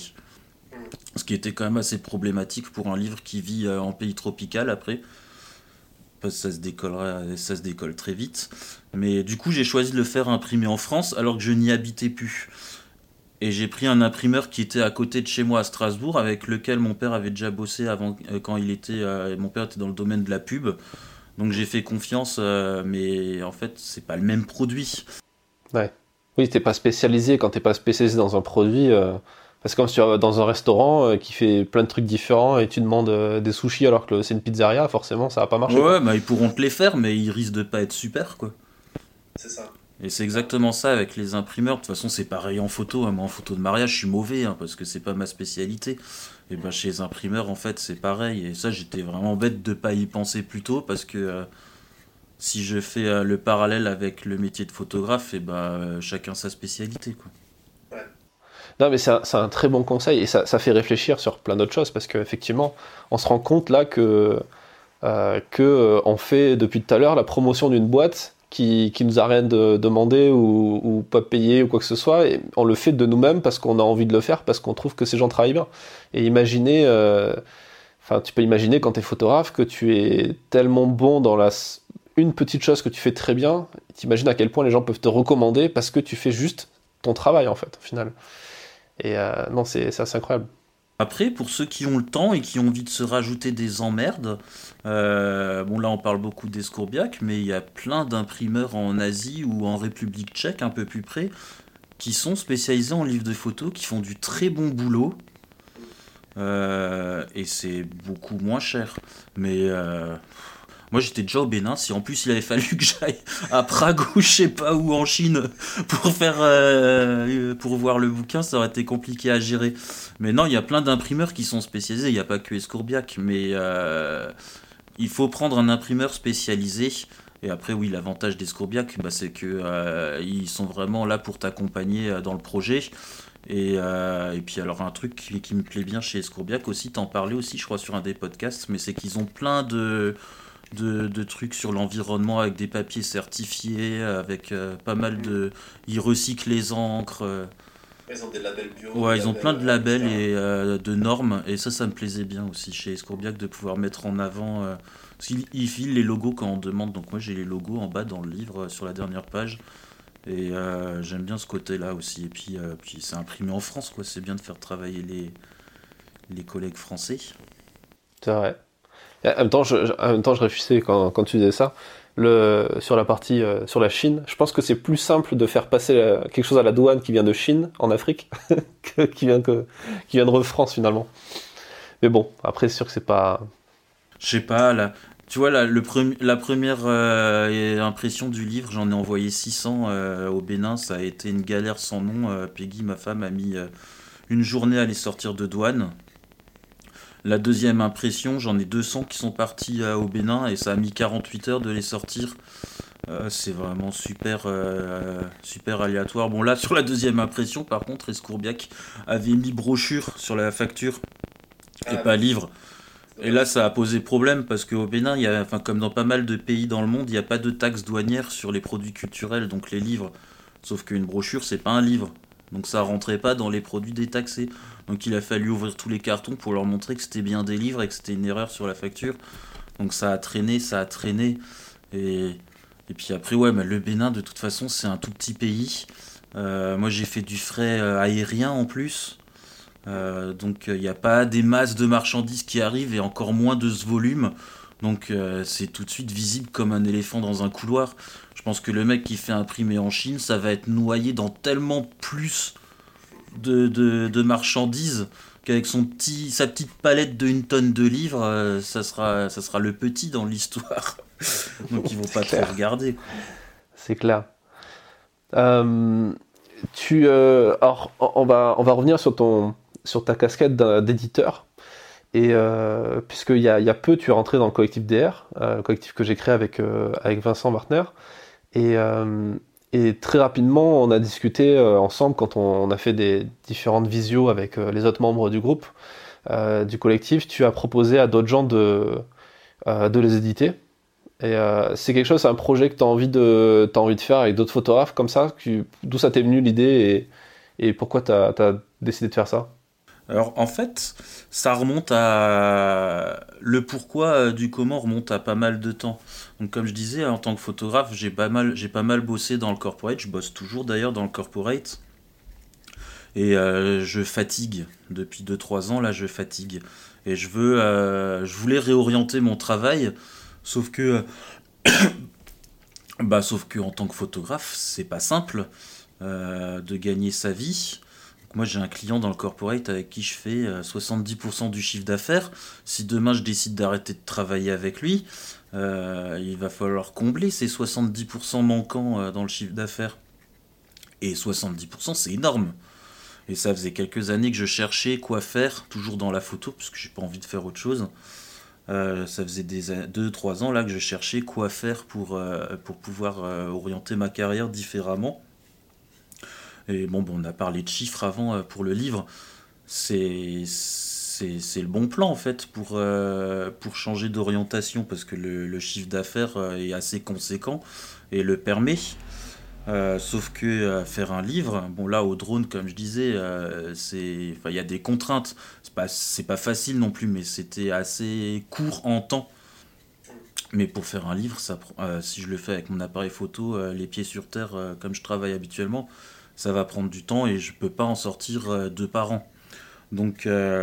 Ce qui était quand même assez problématique pour un livre qui vit euh, en pays tropical après. Parce que ça se décollerait, ça se décolle très vite. Mais du coup, j'ai choisi de le faire imprimer en France alors que je n'y habitais plus. Et j'ai pris un imprimeur qui était à côté de chez moi à Strasbourg, avec lequel mon père avait déjà bossé avant, euh, quand il était. Euh, mon père était dans le domaine de la pub. Donc j'ai fait confiance, euh, mais en fait, c'est pas le même produit. Ouais. Oui, t'es pas spécialisé, quand t'es pas spécialisé dans un produit, euh, parce que comme si tu vas dans un restaurant euh, qui fait plein de trucs différents et tu demandes euh, des sushis alors que c'est une pizzeria, forcément ça va pas marcher. Ouais, quoi. bah ils pourront te les faire, mais ils risquent de pas être super, quoi. C'est ça. Et c'est exactement ça avec les imprimeurs. De toute façon, c'est pareil en photo. Moi, en photo de mariage, je suis mauvais, hein, parce que c'est pas ma spécialité. Et ben chez les imprimeurs, en fait, c'est pareil. Et ça, j'étais vraiment bête de pas y penser plus tôt, parce que euh, si je fais euh, le parallèle avec le métier de photographe, et ben euh, chacun sa spécialité, quoi. Non, mais c'est un, c'est un très bon conseil et ça, ça fait réfléchir sur plein d'autres choses parce qu'effectivement, on se rend compte là que, euh, que euh, on fait depuis tout à l'heure la promotion d'une boîte qui, qui nous a rien de, demandé ou, ou pas payé ou quoi que ce soit, et on le fait de nous-mêmes parce qu'on a envie de le faire, parce qu'on trouve que ces gens travaillent bien. Et imaginez, euh, enfin tu peux imaginer quand tu es photographe que tu es tellement bon dans la, une petite chose que tu fais très bien, t'imagines à quel point les gens peuvent te recommander parce que tu fais juste ton travail en fait au final. Et euh, non, c'est, c'est assez incroyable. Après, pour ceux qui ont le temps et qui ont envie de se rajouter des emmerdes, euh, bon là on parle beaucoup d'Escourbiac, mais il y a plein d'imprimeurs en Asie ou en République tchèque, un peu plus près, qui sont spécialisés en livres de photos, qui font du très bon boulot, euh, et c'est beaucoup moins cher. Mais euh, moi j'étais déjà au Bénin, si en plus il avait fallu que j'aille à Prague ou je sais pas où en Chine pour faire euh, pour voir le bouquin, ça aurait été compliqué à gérer. Mais non, il y a plein d'imprimeurs qui sont spécialisés, il n'y a pas que Escourbiac, mais euh, il faut prendre un imprimeur spécialisé. Et après oui, l'avantage d'Escourbiac, bah, c'est que euh, ils sont vraiment là pour t'accompagner euh, dans le projet. Et, euh, et puis alors un truc qui, qui me plaît bien chez Escourbiac aussi, t'en parlais aussi je crois sur un des podcasts, mais c'est qu'ils ont plein de De, de trucs sur l'environnement avec des papiers certifiés, avec euh, pas mal de... Ils recyclent les encres. euh. Ils ont des labels bio. Ouais, des ils ont plein de labels et et euh, de normes, et ça, ça me plaisait bien aussi chez Escourbiac de pouvoir mettre en avant... Euh, parce qu'ils ils filent les logos quand on demande, donc moi j'ai les logos en bas dans le livre, euh, sur la dernière page, et euh, j'aime bien ce côté-là aussi. Et puis, euh, puis c'est imprimé en France, quoi. C'est bien de faire travailler les, les collègues français. C'est vrai. Et en même temps, je, je- en même temps, je réfléchissais quand, quand tu disais ça. Le, sur la partie, euh, sur la Chine, je pense que c'est plus simple de faire passer la- quelque chose à la douane qui vient de Chine, en Afrique, que, qui vient que, qui vient de France finalement. Mais bon, après, c'est sûr que c'est pas. Je sais pas, là, tu vois, là, le premi- la première euh, impression du livre, j'en ai envoyé six cents euh, au Bénin, ça a été une galère sans nom. Euh, Peggy, ma femme, a mis euh, une journée à les sortir de douane. La deuxième impression, j'en ai deux cents qui sont partis euh, au Bénin et ça a mis quarante-huit heures de les sortir. Euh, c'est vraiment super, euh, super aléatoire. Bon, là, sur la deuxième impression, par contre, Escourbiac avait mis brochure sur la facture et Ah, pas livre. Et là, ça a posé problème parce qu'au Bénin, il y a, enfin, comme dans pas mal de pays dans le monde, il n'y a pas de taxe douanière sur les produits culturels, donc les livres. Sauf qu'une brochure, c'est pas un livre. Donc ça rentrait pas dans les produits détaxés. Donc il a fallu ouvrir tous les cartons pour leur montrer que c'était bien des livres et que c'était une erreur sur la facture. Donc ça a traîné, ça a traîné. Et, et puis après, ouais, mais le Bénin, de toute façon, c'est un tout petit pays. Euh, moi, j'ai fait du fret euh, aérien en plus. Euh, donc il n'y a pas des masses de marchandises qui arrivent et encore moins de ce volume. Donc euh, c'est tout de suite visible comme un éléphant dans un couloir. Je pense que le mec qui fait imprimer en Chine, ça va être noyé dans tellement plus de, de, de marchandises qu'avec son petit, sa petite palette de une tonne de livres, euh, ça, sera, ça sera le petit dans l'histoire. Donc ils vont pas trop regarder, quoi. C'est clair. Euh, tu, euh, alors, on on va, on va revenir sur ton, sur ta casquette d'un- d'éditeur. Et euh, puisqu'il y a, il y a peu, tu es rentré dans le collectif D R, euh, le collectif que j'ai créé avec, euh, avec Vincent Martner. Et, euh, et très rapidement, on a discuté euh, ensemble quand on, on a fait des différentes visios avec euh, les autres membres du groupe, euh, du collectif. Tu as proposé à d'autres gens de, euh, de les éditer. Et euh, c'est quelque chose, c'est un projet que tu as envie de, t'as envie de faire avec d'autres photographes comme ça. que- D'où ça t'est venu l'idée et, et pourquoi tu as décidé de faire ça? Alors en fait, ça remonte à... Le pourquoi euh, du comment remonte à pas mal de temps. Donc comme je disais, en tant que photographe, j'ai pas mal, j'ai pas mal bossé dans le corporate, je bosse toujours d'ailleurs dans le corporate. Et euh, je fatigue. Depuis deux trois ans, là, je fatigue. Et je veux, euh, je voulais réorienter mon travail, sauf que, bah, sauf que en tant que photographe, c'est pas simple euh, de gagner sa vie. Donc moi, j'ai un client dans le corporate avec qui je fais euh, soixante-dix pour cent du chiffre d'affaires. Si demain je décide d'arrêter de travailler avec lui, euh, il va falloir combler ces soixante-dix pour cent manquants euh, dans le chiffre d'affaires. Et soixante-dix pour cent, c'est énorme. Et ça faisait quelques années que je cherchais quoi faire, toujours dans la photo, parce que j'ai pas envie de faire autre chose. Euh, ça faisait des deux trois ans là que je cherchais quoi faire pour, euh, pour pouvoir euh, orienter ma carrière différemment. Et bon, bon, on a parlé de chiffres avant euh, pour le livre. C'est, c'est, c'est le bon plan en fait pour, euh, pour changer d'orientation, parce que le, le chiffre d'affaires euh, est assez conséquent. et le permet. Euh, sauf que euh, faire un livre, bon là au drone comme je disais, euh, c'est, enfin il y a des contraintes. C'est pas, c'est pas facile non plus, mais c'était assez court en temps. Mais pour faire un livre, ça, prend- euh, si je le fais avec mon appareil photo, euh, les pieds sur terre, euh, comme je travaille habituellement, ça va prendre du temps et je peux pas en sortir euh, deux par an. Donc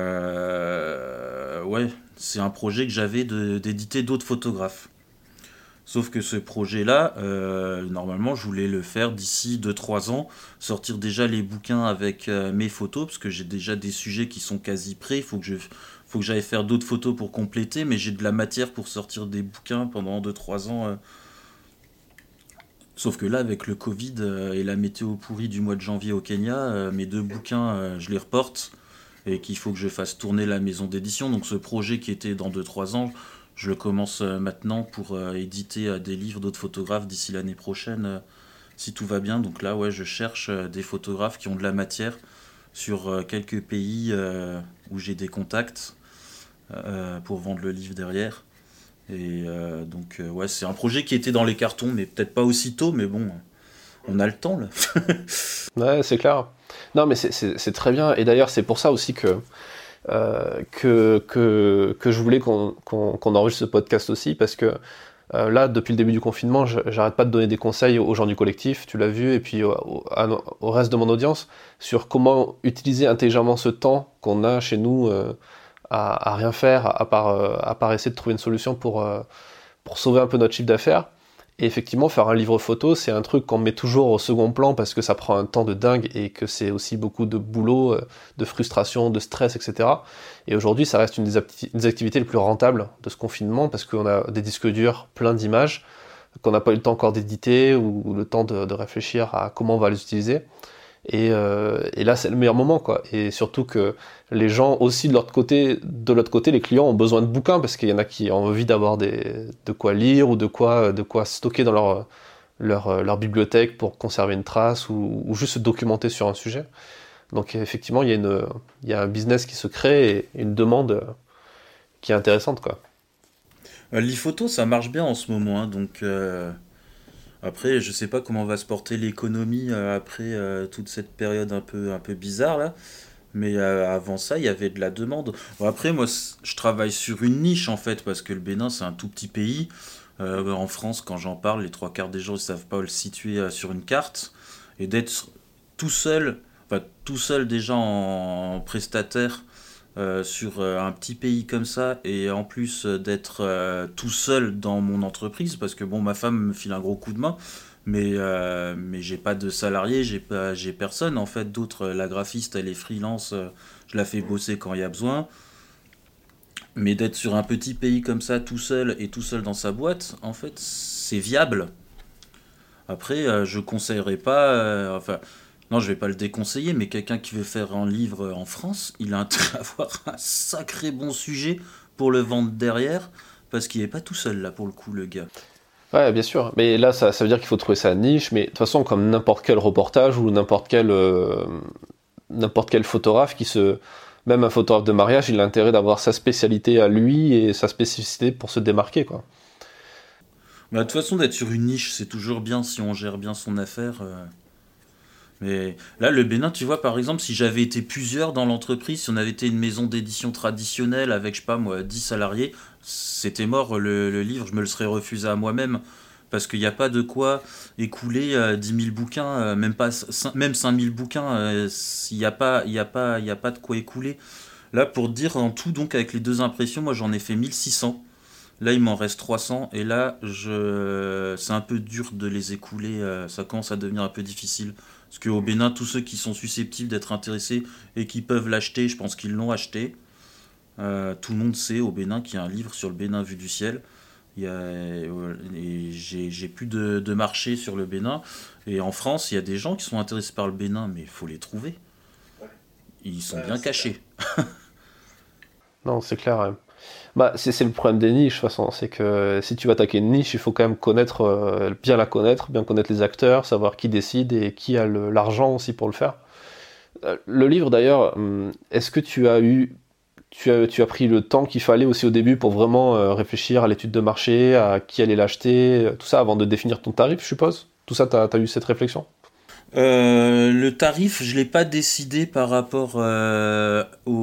euh, ouais, c'est un projet que j'avais de- d'éditer d'autres photographes. Sauf que ce projet-là, euh, normalement, je voulais le faire d'ici deux trois ans, sortir déjà les bouquins avec euh, mes photos, parce que j'ai déjà des sujets qui sont quasi prêts, il faut que je, faut que j'aille faire d'autres photos pour compléter, mais j'ai de la matière pour sortir des bouquins pendant deux trois ans. euh. Sauf que là, avec le Covid euh, et la météo pourrie du mois de janvier au Kenya, euh, mes deux bouquins, euh, je les reporte, et qu'il faut que je fasse tourner la maison d'édition. Donc ce projet qui était dans deux trois ans, je le commence euh, maintenant pour euh, éditer euh, des livres d'autres photographes d'ici l'année prochaine, euh, si tout va bien. Donc là, ouais, je cherche euh, des photographes qui ont de la matière sur euh, quelques pays euh, où j'ai des contacts euh, pour vendre le livre derrière. Et euh, donc, euh, ouais, c'est un projet qui était dans les cartons, mais peut-être pas aussitôt, mais bon, on a le temps là. Ouais, c'est clair. Non, mais c'est, c'est, c'est très bien. Et d'ailleurs, c'est pour ça aussi que, euh, que, que, que je voulais qu'on, qu'on, qu'on enregistre ce podcast aussi, parce que euh, là, depuis le début du confinement, je, j'arrête pas de donner des conseils aux gens du collectif, tu l'as vu, et puis au, au, à, au reste de mon audience, sur comment utiliser intelligemment ce temps qu'on a chez nous euh, à, à rien faire, à part, euh, à part essayer de trouver une solution pour, euh, pour sauver un peu notre chiffre d'affaires. Et effectivement, faire un livre photo, c'est un truc qu'on met toujours au second plan parce que ça prend un temps de dingue et que c'est aussi beaucoup de boulot, de frustration, de stress, et cetera. Et aujourd'hui, ça reste une des, acti- des activités les plus rentables de ce confinement parce qu'on a des disques durs pleins d'images qu'on n'a pas eu le temps encore d'éditer ou le temps de, de réfléchir à comment on va les utiliser. Et, euh, et là, c'est le meilleur moment, quoi. Et surtout que les gens aussi de l'autre côté, de l'autre côté, les clients ont besoin de bouquins parce qu'il y en a qui ont envie d'avoir des, de quoi lire ou de quoi, de quoi stocker dans leur, leur, leur bibliothèque pour conserver une trace ou, ou juste se documenter sur un sujet. Donc effectivement, il y a une, il y a un business qui se crée et une demande qui est intéressante, quoi. Euh, L'e-photo, ça marche bien en ce moment, hein, donc euh, après, je sais pas comment va se porter l'économie euh, après euh, toute cette période un peu, un peu bizarre là. Mais euh, avant ça, il y avait de la demande. Bon, après, moi, c- je travaille sur une niche en fait, parce que le Bénin, c'est un tout petit pays. Euh, en France, quand j'en parle, les trois quarts des gens ne savent pas le situer euh, sur une carte. Et d'être tout seul, enfin tout seul déjà en, en prestataire euh, sur euh, un petit pays comme ça, et en plus euh, d'être euh, tout seul dans mon entreprise, parce que bon, ma femme me file un gros coup de main. Mais, euh, mais j'ai pas de salarié, j'ai pas, j'ai personne en fait d'autre. La graphiste, elle est freelance, euh, je la fais bosser quand il y a besoin. Mais d'être sur un petit pays comme ça, tout seul et tout seul dans sa boîte, en fait, c'est viable. Après, euh, je conseillerais pas, euh, enfin, non, je vais pas le déconseiller, mais quelqu'un qui veut faire un livre en France, il a intérêt à avoir un sacré bon sujet pour le vendre derrière, parce qu'il est pas tout seul là pour le coup, le gars. Ouais, bien sûr. Mais là, ça, ça veut dire qu'il faut trouver sa niche. Mais de toute façon, comme n'importe quel reportage ou n'importe quel, euh, n'importe quel photographe qui se, même un photographe de mariage, il a intérêt d'avoir sa spécialité à lui et sa spécificité pour se démarquer, quoi. Bah, de toute façon, d'être sur une niche, c'est toujours bien si on gère bien son affaire. euh. Mais là, le Bénin, tu vois, par exemple, si j'avais été plusieurs dans l'entreprise, si on avait été une maison d'édition traditionnelle avec, je sais pas moi, dix salariés, c'était mort, le, le livre, je me le serais refusé à moi-même. Parce qu'il n'y a pas de quoi écouler euh, dix mille bouquins, euh, même, pas, cin- même cinq mille bouquins, euh, il n'y a, pas- il y a, pas- il y a pas de quoi écouler. Là, pour te dire, en tout, donc, avec les deux impressions, moi j'en ai fait mille six cents. Là, il m'en reste trois cents, et là, je... c'est un peu dur de les écouler, euh, ça commence à devenir un peu difficile. Parce qu'au Bénin, tous ceux qui sont susceptibles d'être intéressés et qui peuvent l'acheter, je pense qu'ils l'ont acheté. Euh, tout le monde sait au Bénin qu'il y a un livre sur le Bénin vu du ciel. Il y a, euh, et j'ai, j'ai plus de, de marché sur le Bénin. Et en France, il y a des gens qui sont intéressés par le Bénin, mais il faut les trouver. Ouais. Ils sont Ouais, bien c'est cachés. Non, c'est clair. Ouais. Bah, c'est, c'est le problème des niches, de toute façon. C'est que si tu vas attaquer une niche, il faut quand même connaître, euh, bien la connaître, bien connaître les acteurs, savoir qui décide et qui a le- l'argent aussi pour le faire. Euh, Le livre, d'ailleurs, hum, est-ce que tu as eu tu as, tu as pris le temps qu'il fallait aussi au début pour vraiment euh, réfléchir à l'étude de marché, à qui allait l'acheter, tout ça avant de définir ton tarif, je suppose. Tout ça, tu as eu cette réflexion? Euh, le tarif, je l'ai pas décidé par rapport euh,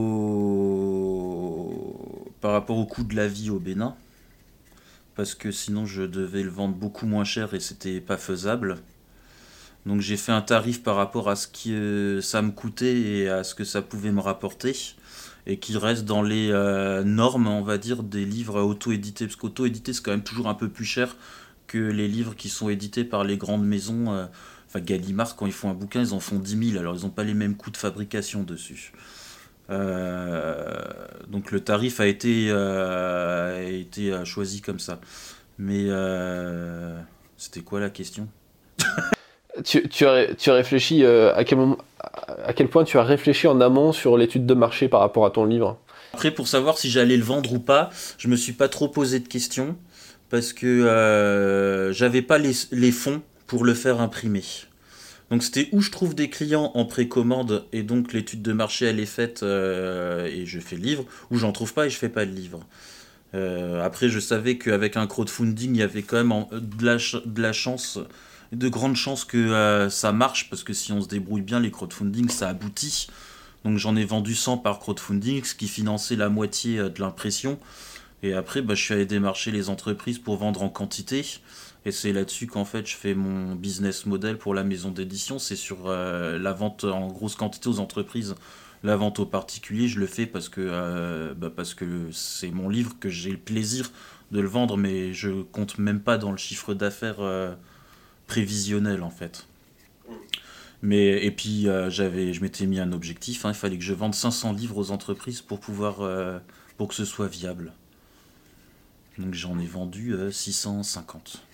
au par rapport au coût de la vie au Bénin, parce que sinon je devais le vendre beaucoup moins cher et c'était pas faisable. Donc j'ai fait un tarif par rapport à ce que ça me coûtait et à ce que ça pouvait me rapporter, et qui reste dans les euh, normes, on va dire, des livres auto-édités, parce qu'auto-édité c'est quand même toujours un peu plus cher que les livres qui sont édités par les grandes maisons. euh, Enfin, Gallimard, quand ils font un bouquin, ils en font dix mille, alors ils n'ont pas les mêmes coûts de fabrication dessus. Euh, donc le tarif a été, euh, a été euh, choisi comme ça. Mais euh, c'était quoi la question? Tu, tu, as, tu as réfléchi, euh, à, quel moment, à quel point tu as réfléchi en amont sur l'étude de marché par rapport à ton livre? Après, pour savoir si j'allais le vendre ou pas, je me suis pas trop posé de questions, parce que euh, j'avais pas les, les fonds pour le faire imprimer. Donc c'était où je trouve des clients en précommande, et donc l'étude de marché elle est faite euh, et je fais le livre, ou j'en trouve pas et je fais pas le livre. Euh, après je savais qu'avec un crowdfunding il y avait quand même en- de la, ch- de la chance, de grandes chances que euh, ça marche, parce que si on se débrouille bien, les crowdfunding ça aboutit. Donc j'en ai vendu cent par crowdfunding, ce qui finançait la moitié euh, de l'impression. Et après, bah, je suis allé démarcher les entreprises pour vendre en quantité. Et c'est là-dessus qu'en fait, je fais mon business model pour la maison d'édition. C'est sur euh, la vente en grosse quantité aux entreprises. La vente aux particuliers, je le fais parce que, euh, bah, parce que c'est mon livre, que j'ai le plaisir de le vendre, mais je compte même pas dans le chiffre d'affaires euh, prévisionnel en fait. Mais, et puis, euh, j'avais, je m'étais mis un objectif, hein, il fallait que je vende cinq cents livres aux entreprises pour pouvoir, euh, pour que ce soit viable. Donc j'en ai vendu euh, six cent cinquante.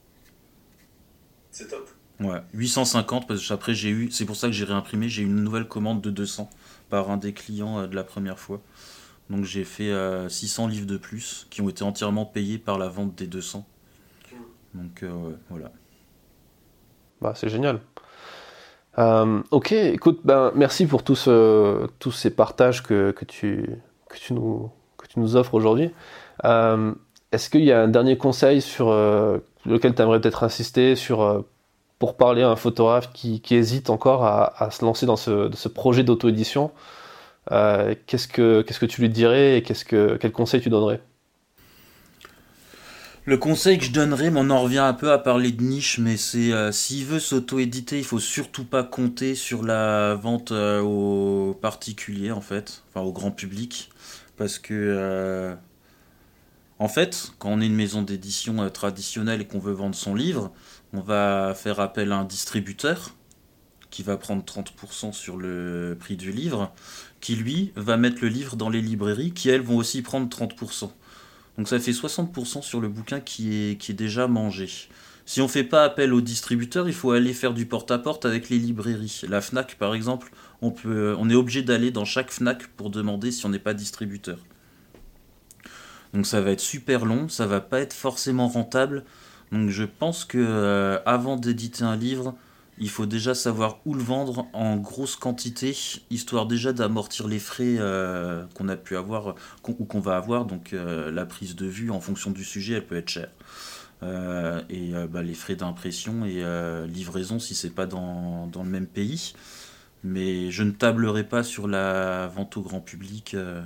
C'est top. Ouais, huit cent cinquante, parce que après j'ai eu, c'est pour ça que j'ai réimprimé, j'ai eu une nouvelle commande de deux cents par un des clients euh, de la première fois. Donc j'ai fait euh, six cents livres de plus qui ont été entièrement payés par la vente des deux cents. Donc euh, ouais, voilà. Bah, c'est génial. Euh, ok, écoute, ben, merci pour tout ce- tous ces partages que, que tu, que, tu nous, que tu nous offres aujourd'hui. Euh, Est-ce qu'il y a un dernier conseil sur euh, lequel tu aimerais peut-être insister sur, euh, pour parler à un photographe qui, qui hésite encore à, à se lancer dans ce, de ce projet d'auto-édition? Euh, qu'est-ce que, qu'est-ce que tu lui dirais et qu'est-ce que, quel conseil tu donnerais? Le conseil que je donnerais, mais on en revient un peu à parler de niche, mais c'est euh, s'il veut s'auto-éditer, il faut surtout pas compter sur la vente euh, aux particuliers en fait, enfin au grand public, parce que euh, en fait, quand on est une maison d'édition euh, traditionnelle et qu'on veut vendre son livre, on va faire appel à un distributeur qui va prendre trente pour cent sur le prix du livre, qui lui va mettre le livre dans les librairies, qui elles vont aussi prendre trente pour cent. Donc ça fait soixante pour cent sur le bouquin qui est, qui est déjà mangé. Si on ne fait pas appel au distributeur, il faut aller faire du porte-à-porte avec les librairies. La Fnac par exemple, on, peut, on est obligé d'aller dans chaque Fnac pour demander si on n'est pas distributeur. Donc ça va être super long, ça va pas être forcément rentable. Donc je pense que euh, avant d'éditer un livre, il faut déjà savoir où le vendre en grosse quantité, histoire déjà d'amortir les frais euh, qu'on a pu avoir qu'on- ou qu'on va avoir. Donc euh, la prise de vue en fonction du sujet, elle peut être chère. Euh, et euh, bah, les frais d'impression et euh, livraison si c'est pas dans, dans le même pays. Mais je ne tablerai pas sur la vente au grand public, euh,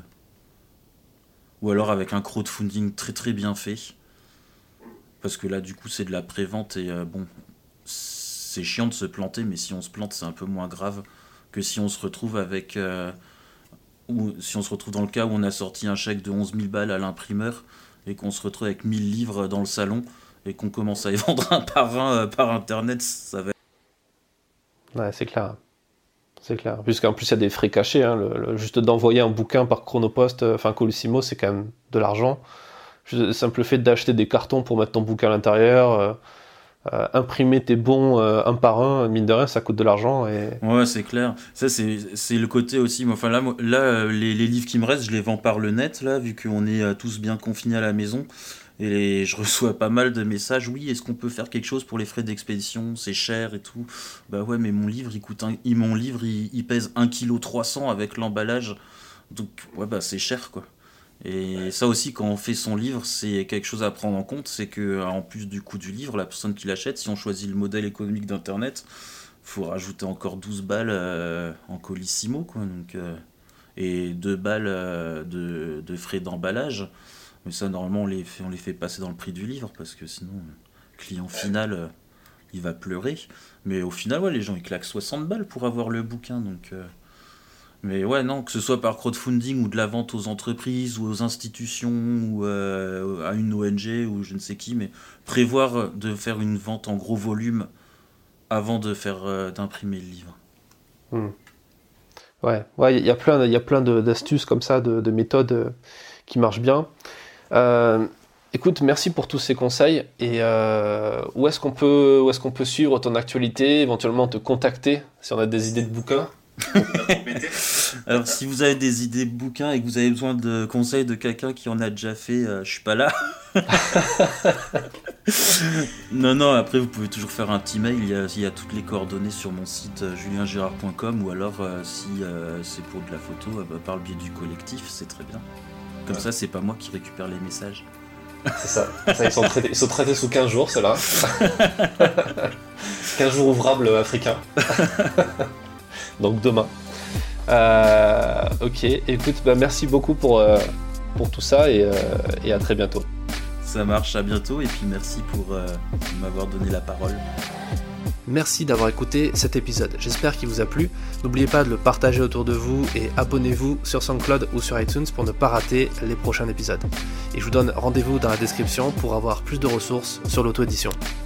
ou alors avec un crowdfunding très très bien fait. Parce que là, du coup, c'est de la prévente et euh, bon, c'est chiant de se planter, mais si on se plante, c'est un peu moins grave que si on se retrouve avec. Euh, ou si on se retrouve dans le cas où on a sorti un chèque de onze mille balles à l'imprimeur et qu'on se retrouve avec mille livres dans le salon et qu'on commence à les vendre un par un euh, par internet, ça va être. Ouais, c'est clair. C'est clair. Puisqu'en plus, il y a des frais cachés. Hein. Le, le- juste d'envoyer un bouquin par Chronopost, euh, enfin Colissimo, c'est quand même de l'argent. Juste le simple fait d'acheter des cartons pour mettre ton bouquin à l'intérieur, euh, euh, imprimer tes bons euh, un par un, mine de rien, ça coûte de l'argent. Et... Ouais, c'est clair. Ça, c'est, c'est le côté aussi. Moi, enfin, là, moi- là euh, les, les livres qui me restent, je les vends par le net, là, vu qu'on est euh, tous bien confinés à la maison. Et je reçois pas mal de messages. Oui, est-ce qu'on peut faire quelque chose pour les frais d'expédition? C'est cher et tout. Bah ouais, mais mon livre, il coûte un, il- mon livre, il, il pèse un virgule trois cents kilos avec l'emballage. Donc, ouais, bah, c'est cher, quoi. Et ouais. Ça aussi, quand on fait son livre, c'est quelque chose à prendre en compte, c'est qu'en plus du coût du livre, la personne qui l'achète, si on choisit le modèle économique d'Internet, il faut rajouter encore douze balles euh, en colissimo, quoi. Donc, euh, et deux balles euh, de, de frais d'emballage. Mais ça, normalement, on les, fait, on les fait passer dans le prix du livre, parce que sinon, le client final, euh, il va pleurer. Mais au final, ouais, les gens, ils claquent soixante balles pour avoir le bouquin, donc... Euh, Mais ouais, non, que ce soit par crowdfunding ou de la vente aux entreprises ou aux institutions ou euh, à une O N G ou je ne sais qui, mais prévoir de faire une vente en gros volume avant de faire euh, d'imprimer le livre. Mmh. Ouais, ouais, il y a plein, il y a plein de, d'astuces comme ça, de, de méthodes euh, qui marchent bien. Euh, écoute, merci pour tous ces conseils. Et euh, où est-ce qu'on peut, où est-ce qu'on peut suivre ton actualité, éventuellement te contacter si on a des idées de bouquins? Alors si vous avez des idées de bouquins et que vous avez besoin de conseils de quelqu'un qui en a déjà fait, euh, je suis pas là. non non après vous pouvez toujours faire un petit mail, il y a, il y a toutes les coordonnées sur mon site euh, julien girard point com ou alors euh, si euh, c'est pour de la photo euh, bah, par le biais du collectif, c'est très bien. Comme ouais. Ça c'est pas moi qui récupère les messages. C'est ça, ça ils, sont traités, ils sont traités sous quinze jours ceux-là. quinze jours ouvrables africains. Donc demain. Euh, ok, écoute, bah merci beaucoup pour, euh, pour tout ça et, euh, et à très bientôt. Ça marche, à bientôt et puis merci pour euh, m'avoir donné la parole. Merci d'avoir écouté cet épisode, j'espère qu'il vous a plu. N'oubliez pas de le partager autour de vous et abonnez-vous sur SoundCloud ou sur iTunes pour ne pas rater les prochains épisodes. Et je vous donne rendez-vous dans la description pour avoir plus de ressources sur l'auto-édition.